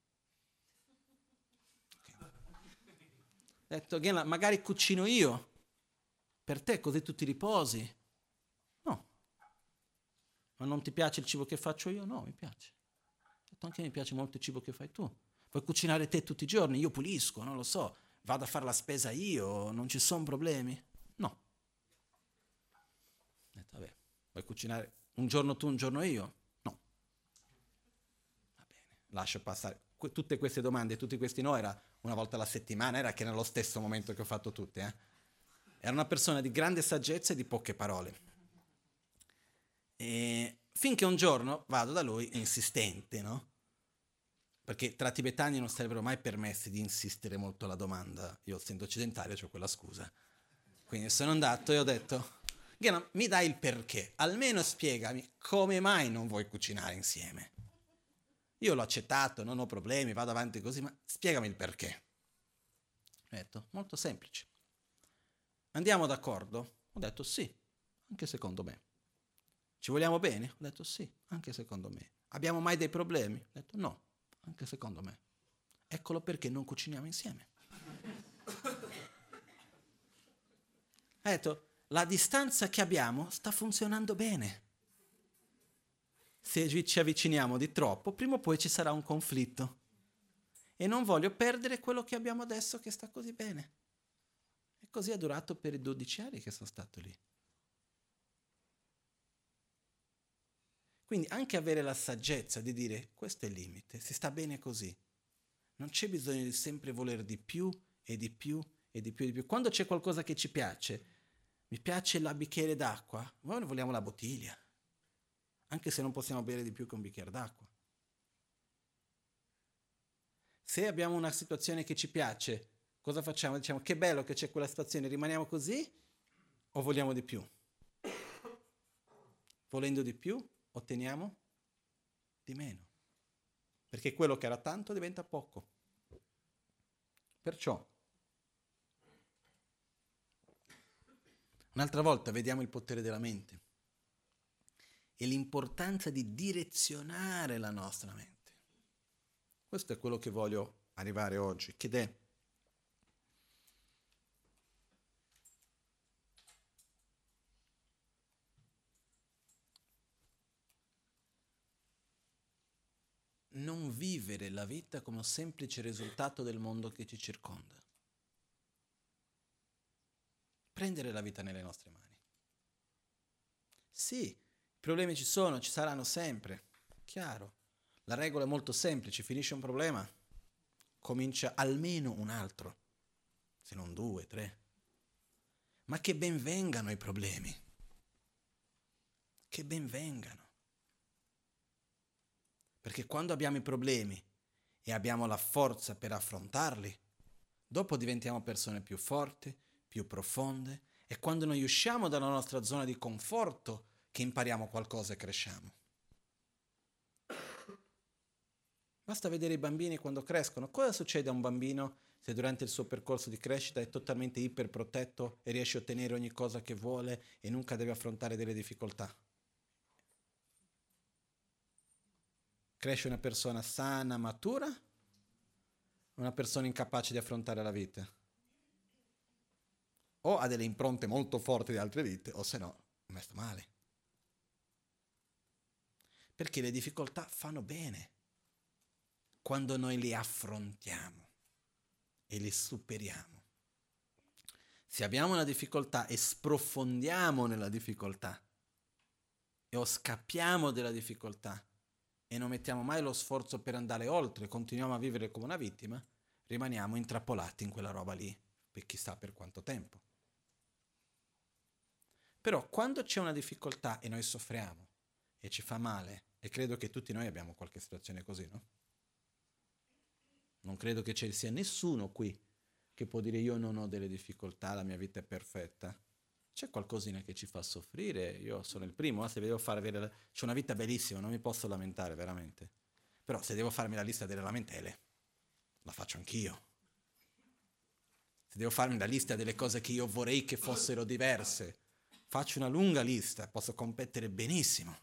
Okay. Ho detto, Genla, magari cucino io, per te così tu ti riposi. No. Ma non ti piace il cibo che faccio io? No, mi piace. Anche mi piace molto il cibo che fai tu. Puoi cucinare te tutti i giorni, io pulisco, non lo so, vado a fare la spesa io, non ci sono problemi. No. Ho detto, vabbè, vuoi cucinare un giorno tu, un giorno io? No. Va bene, lascio passare. Tutte queste domande, tutti questi no, era una volta alla settimana, era che nello stesso momento che ho fatto tutte, Era una persona di grande saggezza e di poche parole. E finché un giorno vado da lui insistente, no? Perché tra tibetani non sarebbero mai permessi di insistere molto alla domanda. Io essendo occidentale ho quella scusa. Quindi sono andato e ho detto, Ghenom, mi dai il perché, almeno spiegami come mai non vuoi cucinare insieme. Io l'ho accettato, non ho problemi, vado avanti così, ma spiegami il perché. Ho detto, molto semplice. Andiamo d'accordo? Ho detto sì, anche secondo me. Ci vogliamo bene? Ho detto sì, anche secondo me. Abbiamo mai dei problemi? Ho detto no, anche secondo me. Eccolo perché non cuciniamo insieme. Ha detto, la distanza che abbiamo sta funzionando bene. Se ci avviciniamo di troppo, prima o poi ci sarà un conflitto. E non voglio perdere quello che abbiamo adesso che sta così bene. E così è durato per i 12 anni che sono stato lì. Quindi anche avere la saggezza di dire questo è il limite, si sta bene così. Non c'è bisogno di sempre voler di più e di più e di più e di più. Quando c'è qualcosa che ci piace, mi piace il bicchiere d'acqua, noi vogliamo la bottiglia, anche se non possiamo bere di più che un bicchiere d'acqua. Se abbiamo una situazione che ci piace, cosa facciamo? Diciamo che bello che c'è quella situazione, rimaniamo così o vogliamo di più? Volendo di più, otteniamo di meno. Perché quello che era tanto diventa poco. Perciò, un'altra volta vediamo il potere della mente e l'importanza di direzionare la nostra mente. Questo è quello che voglio arrivare oggi, che è non vivere la vita come un semplice risultato del mondo che ci circonda. Prendere la vita nelle nostre mani. Sì, i problemi ci sono, ci saranno sempre, chiaro. La regola è molto semplice, finisce un problema, comincia almeno un altro, se non 2, 3. Ma che ben vengano i problemi. Che ben vengano. Perché quando abbiamo i problemi e abbiamo la forza per affrontarli, dopo diventiamo persone più forti, più profonde, e quando noi usciamo dalla nostra zona di conforto che impariamo qualcosa e cresciamo. Basta vedere i bambini quando crescono. Cosa succede a un bambino se durante il suo percorso di crescita è totalmente iperprotetto e riesce a ottenere ogni cosa che vuole e nunca deve affrontare delle difficoltà? Cresce una persona sana, matura? Una persona incapace di affrontare la vita? O ha delle impronte molto forti di altre vite, o se no, è messo male. Perché le difficoltà fanno bene quando noi le affrontiamo e le superiamo. Se abbiamo una difficoltà e sprofondiamo nella difficoltà o scappiamo dalla difficoltà e non mettiamo mai lo sforzo per andare oltre, continuiamo a vivere come una vittima, rimaniamo intrappolati in quella roba lì per chissà per quanto tempo. Però quando c'è una difficoltà e noi soffriamo e ci fa male, e credo che tutti noi abbiamo qualche situazione così, no? Non credo che ci sia nessuno qui che può dire io non ho delle difficoltà, la mia vita è perfetta. C'è qualcosina che ci fa soffrire, io sono il primo, se devo fare c'ho una vita bellissima, non mi posso lamentare veramente. Però se devo farmi la lista delle lamentele, la faccio anch'io. Se devo farmi la lista delle cose che io vorrei che fossero diverse, faccio una lunga lista, posso competere benissimo.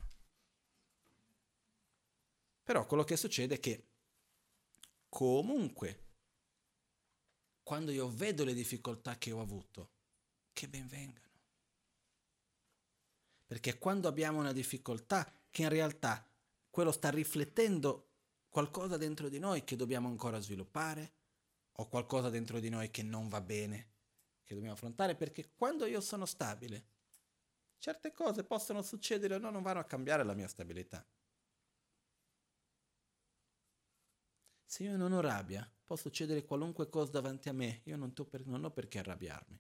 Però quello che succede è che comunque, quando io vedo le difficoltà che ho avuto, che ben vengano. Perché quando abbiamo una difficoltà, che in realtà quello sta riflettendo qualcosa dentro di noi che dobbiamo ancora sviluppare, o qualcosa dentro di noi che non va bene, che dobbiamo affrontare, perché quando io sono stabile, certe cose possono succedere o no, non vanno a cambiare la mia stabilità. Se io non ho rabbia, può succedere qualunque cosa davanti a me, io non ho perché arrabbiarmi.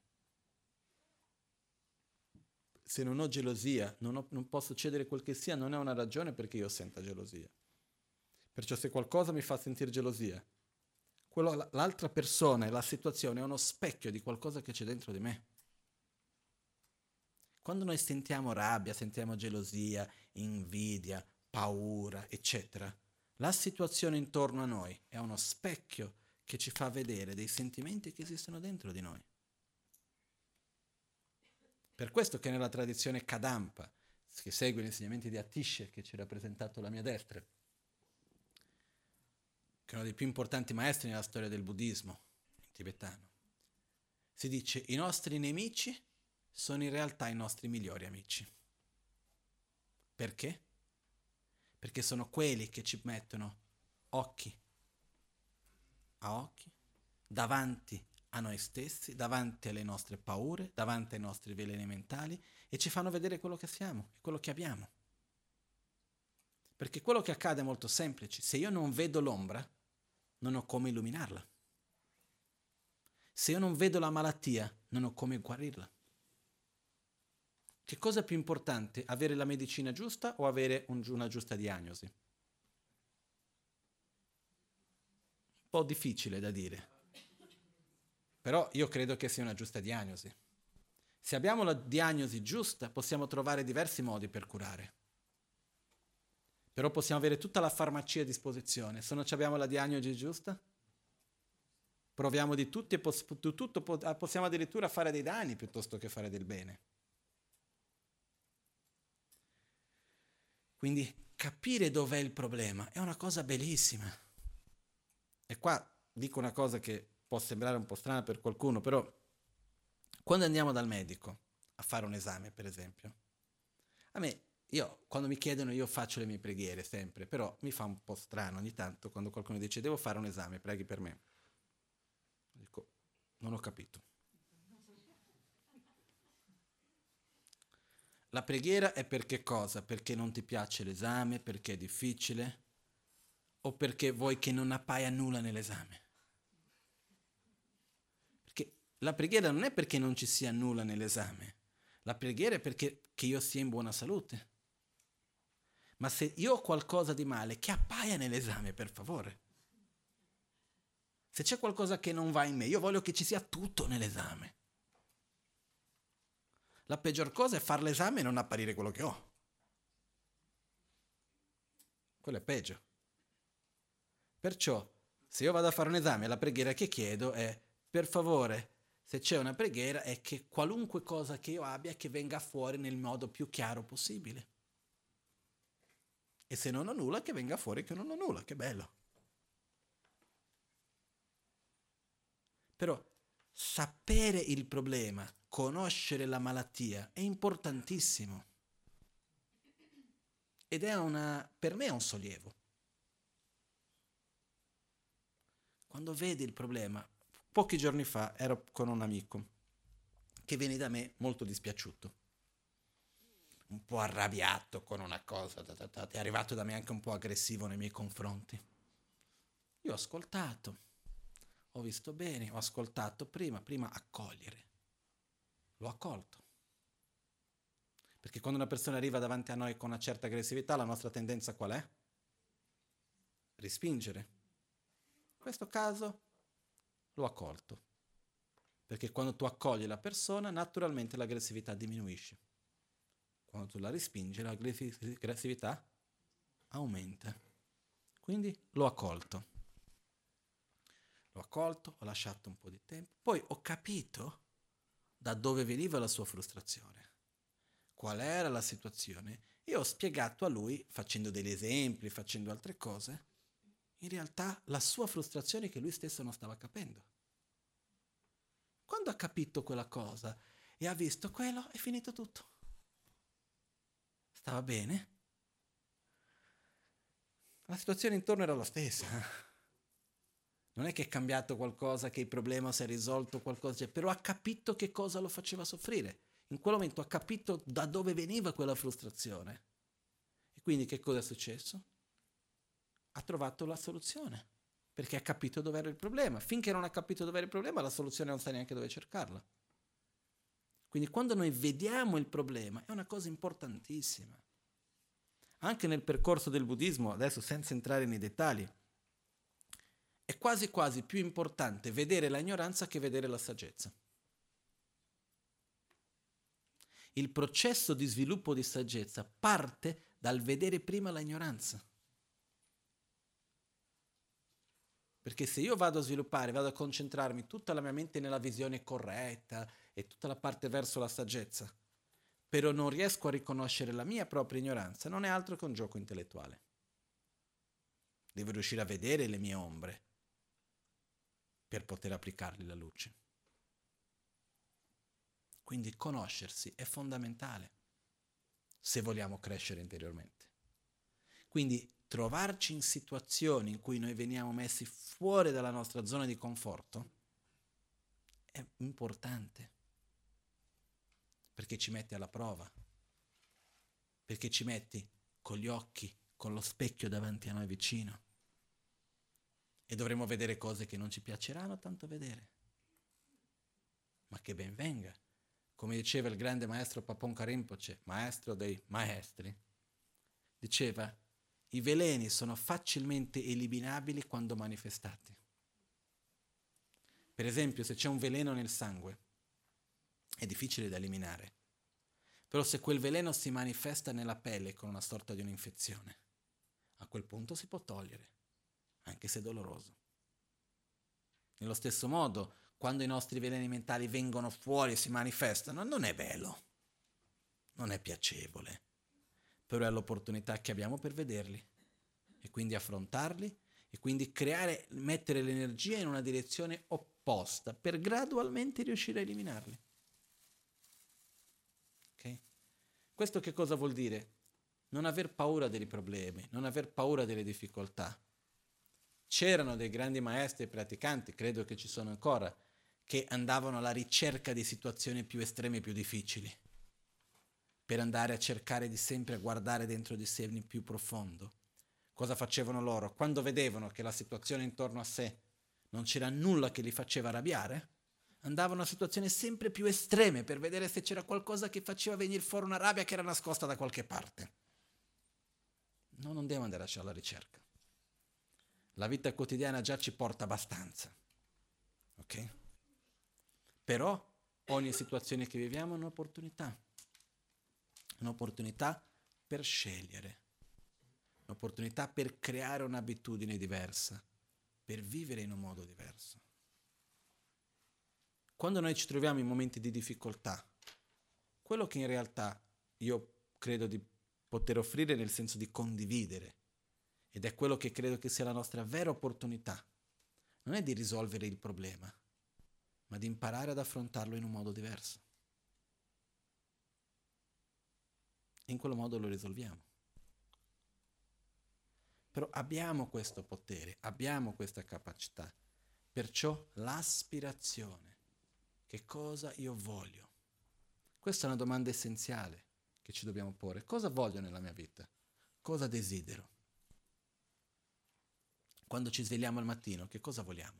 Se non ho gelosia, non può succedere quel che sia, non è una ragione perché io senta gelosia. Perciò se qualcosa mi fa sentire gelosia, l'altra persona e la situazione è uno specchio di qualcosa che c'è dentro di me. Quando noi sentiamo rabbia, sentiamo gelosia, invidia, paura, eccetera, la situazione intorno a noi è uno specchio che ci fa vedere dei sentimenti che esistono dentro di noi. Per questo che nella tradizione Kadampa, che segue gli insegnamenti di Atisce, che ci ha rappresentato alla mia destra, che è uno dei più importanti maestri nella storia del buddismo in tibetano, si dice: i nostri nemici sono in realtà i nostri migliori amici. Perché? Perché sono quelli che ci mettono occhi a occhi davanti a noi stessi, davanti alle nostre paure, davanti ai nostri veleni mentali, e ci fanno vedere quello che siamo e quello che abbiamo. Perché quello che accade è molto semplice: se io non vedo l'ombra, non ho come illuminarla. Se io non vedo la malattia, non ho come guarirla. Che cosa è più importante? Avere la medicina giusta o avere una giusta diagnosi? Un po' difficile da dire. Però io credo che sia una giusta diagnosi. Se abbiamo la diagnosi giusta, possiamo trovare diversi modi per curare. Però possiamo avere tutta la farmacia a disposizione. Se non abbiamo la diagnosi giusta, proviamo di tutto e possiamo addirittura fare dei danni piuttosto che fare del bene. Quindi capire dov'è il problema è una cosa bellissima. E qua dico una cosa che può sembrare un po' strana per qualcuno, però quando andiamo dal medico a fare un esame, per esempio, quando mi chiedono, io faccio le mie preghiere sempre, però mi fa un po' strano ogni tanto quando qualcuno dice: devo fare un esame, preghi per me. Dico: non ho capito. La preghiera è per che cosa? Perché non ti piace l'esame, perché è difficile, o perché vuoi che non appaia nulla nell'esame? Perché la preghiera non è perché non ci sia nulla nell'esame, la preghiera è perché che io sia in buona salute. Ma se io ho qualcosa di male, che appaia nell'esame, per favore. Se c'è qualcosa che non va in me, io voglio che ci sia tutto nell'esame. La peggior cosa è fare l'esame e non apparire quello che ho. Quello è peggio. Perciò, se io vado a fare un esame, la preghiera che chiedo è: per favore, se c'è una preghiera, è che qualunque cosa che io abbia, che venga fuori nel modo più chiaro possibile. E se non ho nulla, che venga fuori che non ho nulla, che bello. Però sapere il problema, conoscere la malattia è importantissimo. Ed per me è un sollievo. Quando vedi il problema, pochi giorni fa ero con un amico che viene da me molto dispiaciuto, un po' arrabbiato con una cosa, è arrivato da me anche un po' aggressivo nei miei confronti. Io ho ascoltato, ho visto bene, ho ascoltato prima accogliere. L'ho accolto. Perché quando una persona arriva davanti a noi con una certa aggressività, la nostra tendenza qual è? Respingere. In questo caso l'ho accolto. Perché quando tu accogli la persona, naturalmente l'aggressività diminuisce. Quando tu la respingi, l'aggressività aumenta. Quindi l'ho accolto. L'ho accolto, ho lasciato un po' di tempo, poi ho capito da dove veniva la sua frustrazione, qual era la situazione, e ho spiegato a lui, facendo degli esempi, facendo altre cose, in realtà la sua frustrazione che lui stesso non stava capendo. Quando ha capito quella cosa e ha visto quello, è finito tutto. Stava bene? La situazione intorno era la stessa. Non è che è cambiato qualcosa, che il problema si è risolto, qualcosa, però ha capito che cosa lo faceva soffrire. In quel momento ha capito da dove veniva quella frustrazione. E quindi che cosa è successo? Ha trovato la soluzione. perché ha capito dov'era il problema. Finché non ha capito dov'era il problema, la soluzione non sa neanche dove cercarla. Quindi quando noi vediamo il problema è una cosa importantissima. Anche nel percorso del buddismo, adesso senza entrare nei dettagli, è quasi quasi più importante vedere l'ignoranza che vedere la saggezza. Il processo di sviluppo di saggezza parte dal vedere prima l'ignoranza. Perché se io vado a sviluppare, vado a concentrarmi tutta la mia mente nella visione corretta e tutta la parte verso la saggezza, però non riesco a riconoscere la mia propria ignoranza, non è altro che un gioco intellettuale. Devo riuscire a vedere le mie ombre per poter applicargli la luce. Quindi conoscersi è fondamentale se vogliamo crescere interiormente. Quindi trovarci in situazioni in cui noi veniamo messi fuori dalla nostra zona di conforto è importante, perché ci metti alla prova, perché ci metti con gli occhi, con lo specchio davanti a noi vicino, e dovremo vedere cose che non ci piaceranno tanto vedere, ma che ben venga. Come diceva il grande maestro Paponka Rinpoche, maestro dei maestri, diceva: i veleni sono facilmente eliminabili quando manifestati. Per esempio, se c'è un veleno nel sangue, è difficile da eliminare. Però se quel veleno si manifesta nella pelle con una sorta di un'infezione, a quel punto si può togliere, anche se doloroso. Nello stesso modo, quando i nostri veleni mentali vengono fuori e si manifestano, non è bello, non è piacevole, però è l'opportunità che abbiamo per vederli e quindi affrontarli e quindi mettere l'energia in una direzione opposta per gradualmente riuscire a eliminarli. Ok? Questo che cosa vuol dire? Non aver paura dei problemi, non aver paura delle difficoltà. C'erano dei grandi maestri e praticanti, credo che ci sono ancora, che andavano alla ricerca di situazioni più estreme e più difficili, per andare a cercare di sempre guardare dentro di sé in più profondo. Cosa facevano loro? Quando vedevano che la situazione intorno a sé non c'era nulla che li faceva arrabbiare, andavano a situazioni sempre più estreme per vedere se c'era qualcosa che faceva venire fuori una rabbia che era nascosta da qualche parte. No, non devo andare alla ricerca. La vita quotidiana già ci porta abbastanza. Ok? Però ogni situazione che viviamo è un'opportunità per scegliere, un'opportunità per creare un'abitudine diversa, per vivere in un modo diverso. Quando noi ci troviamo in momenti di difficoltà, quello che in realtà io credo di poter offrire nel senso di condividere, ed è quello che credo che sia la nostra vera opportunità, non è di risolvere il problema, ma di imparare ad affrontarlo in un modo diverso. In quello modo lo risolviamo. Però abbiamo questo potere, abbiamo questa capacità. Perciò l'aspirazione. Che cosa io voglio? Questa è una domanda essenziale che ci dobbiamo porre. Cosa voglio nella mia vita? Cosa desidero? Quando ci svegliamo al mattino, che cosa vogliamo?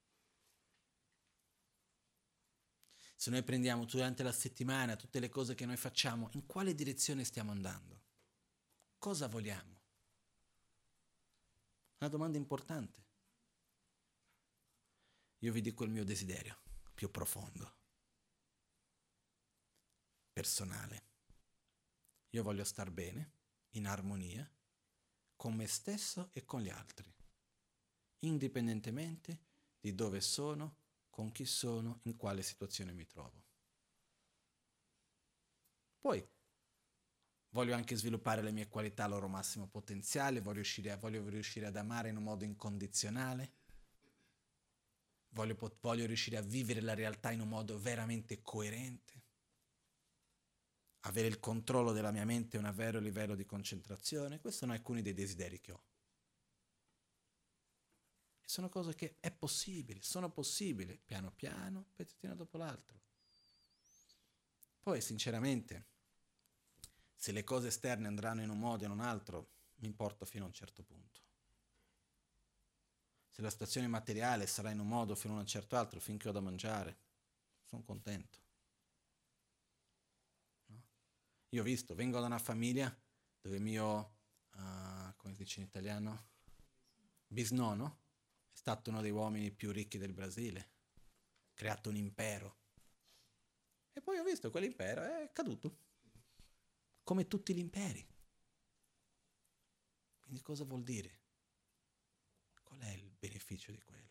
Se noi prendiamo durante la settimana tutte le cose che noi facciamo, in quale direzione stiamo andando? Cosa vogliamo? Una domanda importante. Io vi dico il mio desiderio più profondo, personale. Io voglio star bene, in armonia, con me stesso e con gli altri, indipendentemente di dove sono, con chi sono, in quale situazione mi trovo. Poi voglio anche sviluppare le mie qualità al loro massimo potenziale, voglio riuscire ad amare in un modo incondizionale, voglio riuscire a vivere la realtà in un modo veramente coerente, avere il controllo della mia mente a un vero livello di concentrazione. Questi sono alcuni dei desideri che ho. E sono cose che sono possibili, piano piano, pezzettino dopo l'altro. Poi, sinceramente, se le cose esterne andranno in un modo o in un altro, mi importa fino a un certo punto. Se Se la situazione materiale sarà in un modo fino a un certo altro, finché ho da mangiare, sono contento. No? Io ho visto, vengo da una famiglia dove mio, come si dice in italiano, bisnonno è stato uno dei uomini più ricchi del Brasile, ha creato un impero. E poi ho visto quell'impero è caduto, come tutti gli imperi. Quindi cosa vuol dire? Qual è il beneficio di quello?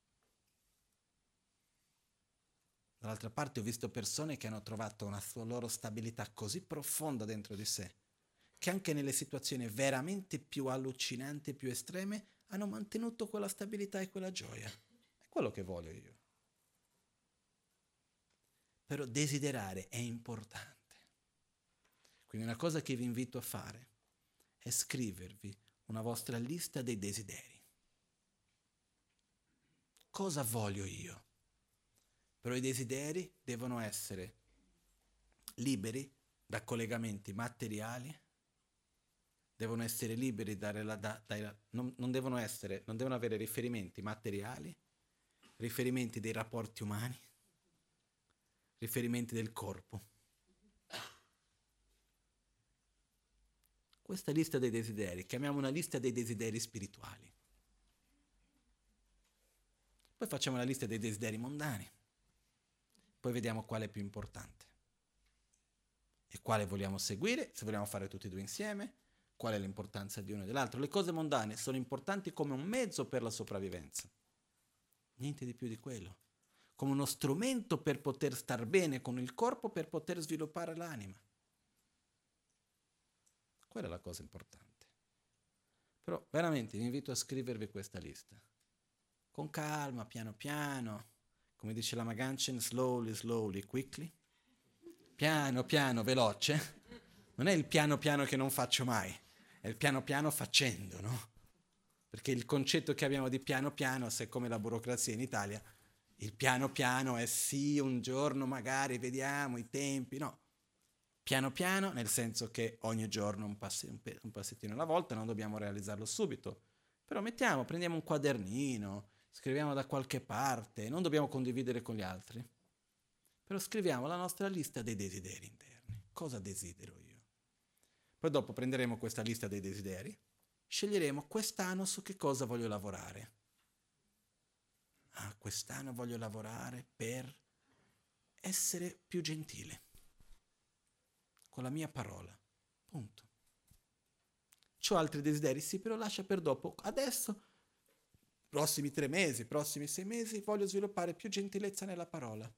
Dall'altra parte ho visto persone che hanno trovato una loro stabilità così profonda dentro di sé, che anche nelle situazioni veramente più allucinanti e più estreme hanno mantenuto quella stabilità e quella gioia. È quello che voglio io. Però desiderare è importante. Quindi una cosa che vi invito a fare è scrivervi una vostra lista dei desideri. Cosa voglio io? Però i desideri devono essere liberi da collegamenti materiali, devono essere liberi non devono avere riferimenti materiali, riferimenti dei rapporti umani, riferimenti del corpo. Questa lista dei desideri, chiamiamo una lista dei desideri spirituali. Poi facciamo la lista dei desideri mondani. Poi vediamo quale è più importante. E quale vogliamo seguire, se vogliamo fare tutti e due insieme, qual è l'importanza di uno e dell'altro. Le cose mondane sono importanti come un mezzo per la sopravvivenza. Niente di più di quello. Come uno strumento per poter star bene con il corpo, per poter sviluppare l'anima. Quella è la cosa importante. Però veramente vi invito a scrivervi questa lista. Con calma, piano piano, come dice la Maganchen, slowly, slowly, quickly. Piano piano, veloce. Non è il piano piano che non faccio mai, è il piano piano facendo, no? Perché il concetto che abbiamo di piano piano, se è come la burocrazia in Italia, il piano piano è sì, un giorno magari vediamo i tempi, no. Piano piano, nel senso che ogni giorno un passettino alla volta, non dobbiamo realizzarlo subito. Però prendiamo un quadernino, scriviamo da qualche parte, non dobbiamo condividere con gli altri. Però scriviamo la nostra lista dei desideri interni. Cosa desidero io? Poi dopo prenderemo questa lista dei desideri, sceglieremo quest'anno su che cosa voglio lavorare. Quest'anno voglio lavorare per essere più gentile. Con la mia parola. Punto. C'ho altri desideri? Sì, però lascia per dopo. Adesso, prossimi 3 mesi, prossimi 6 mesi, voglio sviluppare più gentilezza nella parola.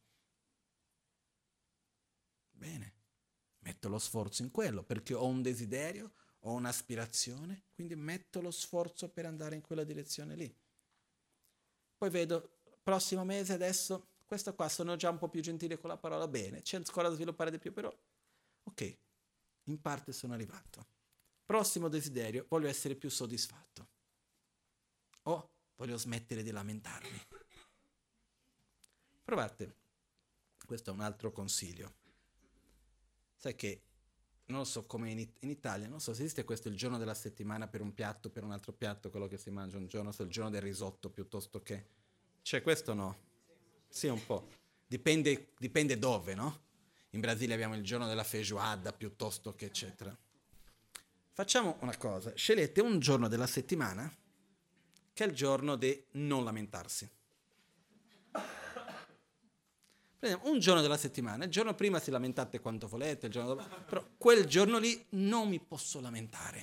Bene, metto lo sforzo in quello, perché ho un desiderio, ho un'aspirazione, quindi metto lo sforzo per andare in quella direzione lì. Poi vedo, prossimo mese adesso, questo qua sono già un po' più gentile con la parola, bene, c'è ancora da sviluppare di più, però, ok, in parte sono arrivato. Prossimo desiderio, voglio essere più soddisfatto. O voglio smettere di lamentarmi. Provate, questo è un altro consiglio. Sai che, non so come in Italia, non so se esiste questo il giorno della settimana per un piatto, per un altro piatto, quello che si mangia un giorno, se è il giorno del risotto piuttosto che... C'è questo no? Sì, un po'. Dipende dove, no? In Brasile abbiamo il giorno della feijoada piuttosto che eccetera. Facciamo una cosa, scegliete un giorno della settimana che è il giorno di non lamentarsi. Prendiamo un giorno della settimana, il giorno prima si lamentate quanto volete, il giorno dopo, però quel giorno lì non mi posso lamentare.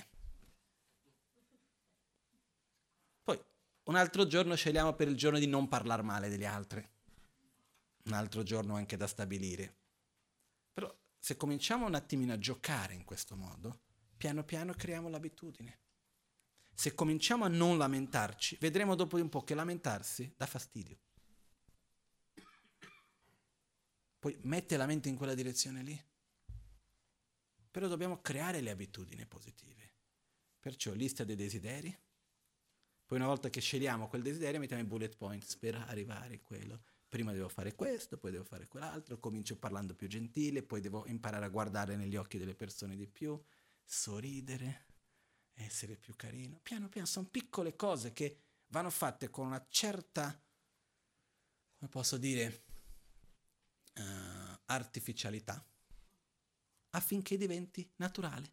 Poi un altro giorno scegliamo per il giorno di non parlare male degli altri. Un altro giorno anche da stabilire. Però se cominciamo un attimino a giocare in questo modo, piano piano creiamo l'abitudine. Se cominciamo a non lamentarci, vedremo dopo un po' che lamentarsi dà fastidio. Poi mette la mente in quella direzione lì. Però dobbiamo creare le abitudini positive. Perciò lista dei desideri. Poi una volta che scegliamo quel desiderio mettiamo i bullet points per arrivare a quello. Prima devo fare questo, poi devo fare quell'altro, comincio parlando più gentile, poi devo imparare a guardare negli occhi delle persone di più, sorridere, essere più carino. Piano piano sono piccole cose che vanno fatte con una certa, come posso dire, artificialità, affinché diventi naturale.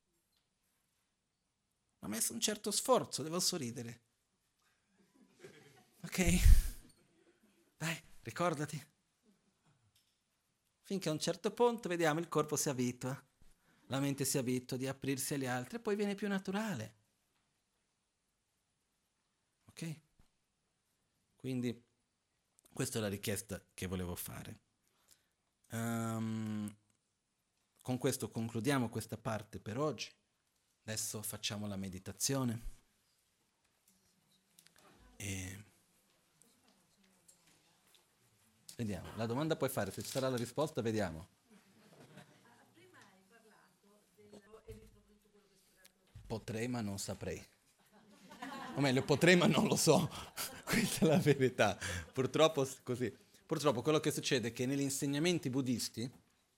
Ho messo un certo sforzo, devo sorridere. Ok? Dai, ricordati. Finché a un certo punto, vediamo, il corpo si abitua, la mente si abitua di aprirsi agli altri e poi viene più naturale. Ok? Quindi questa è la richiesta che volevo fare. Con questo concludiamo questa parte per oggi. Adesso facciamo la meditazione. E vediamo. La domanda puoi fare, se ci sarà la risposta, vediamo. Potrei ma non saprei. O meglio, potrei ma non lo so. Questa è la verità. Purtroppo così. Purtroppo quello che succede è che negli insegnamenti buddisti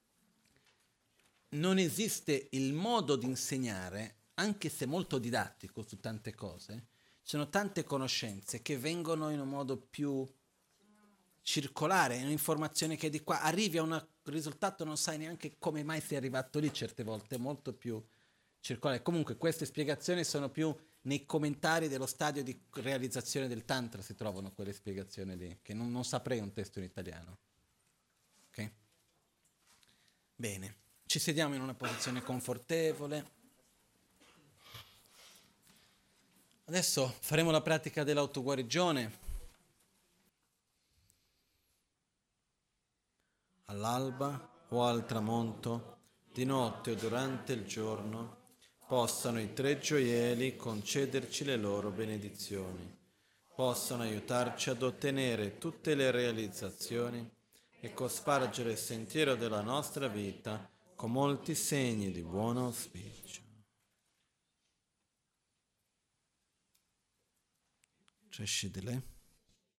non esiste il modo di insegnare, anche se molto didattico su tante cose, ci sono tante conoscenze che vengono in un modo più circolare, è un'informazione che di qua arrivi a un risultato, non sai neanche come mai sei arrivato lì certe volte, è molto più circolare. Comunque queste spiegazioni sono più nei commentari dello stadio di realizzazione del Tantra, si trovano quelle spiegazioni lì, che non saprei un testo in italiano. Ok? Bene, ci sediamo in una posizione confortevole. Adesso faremo la pratica dell'autoguarigione. All'alba o al tramonto, di notte o durante il giorno, possano i tre gioielli concederci le loro benedizioni, possano aiutarci ad ottenere tutte le realizzazioni e cospargere il sentiero della nostra vita con molti segni di buon auspicio. Crescidile.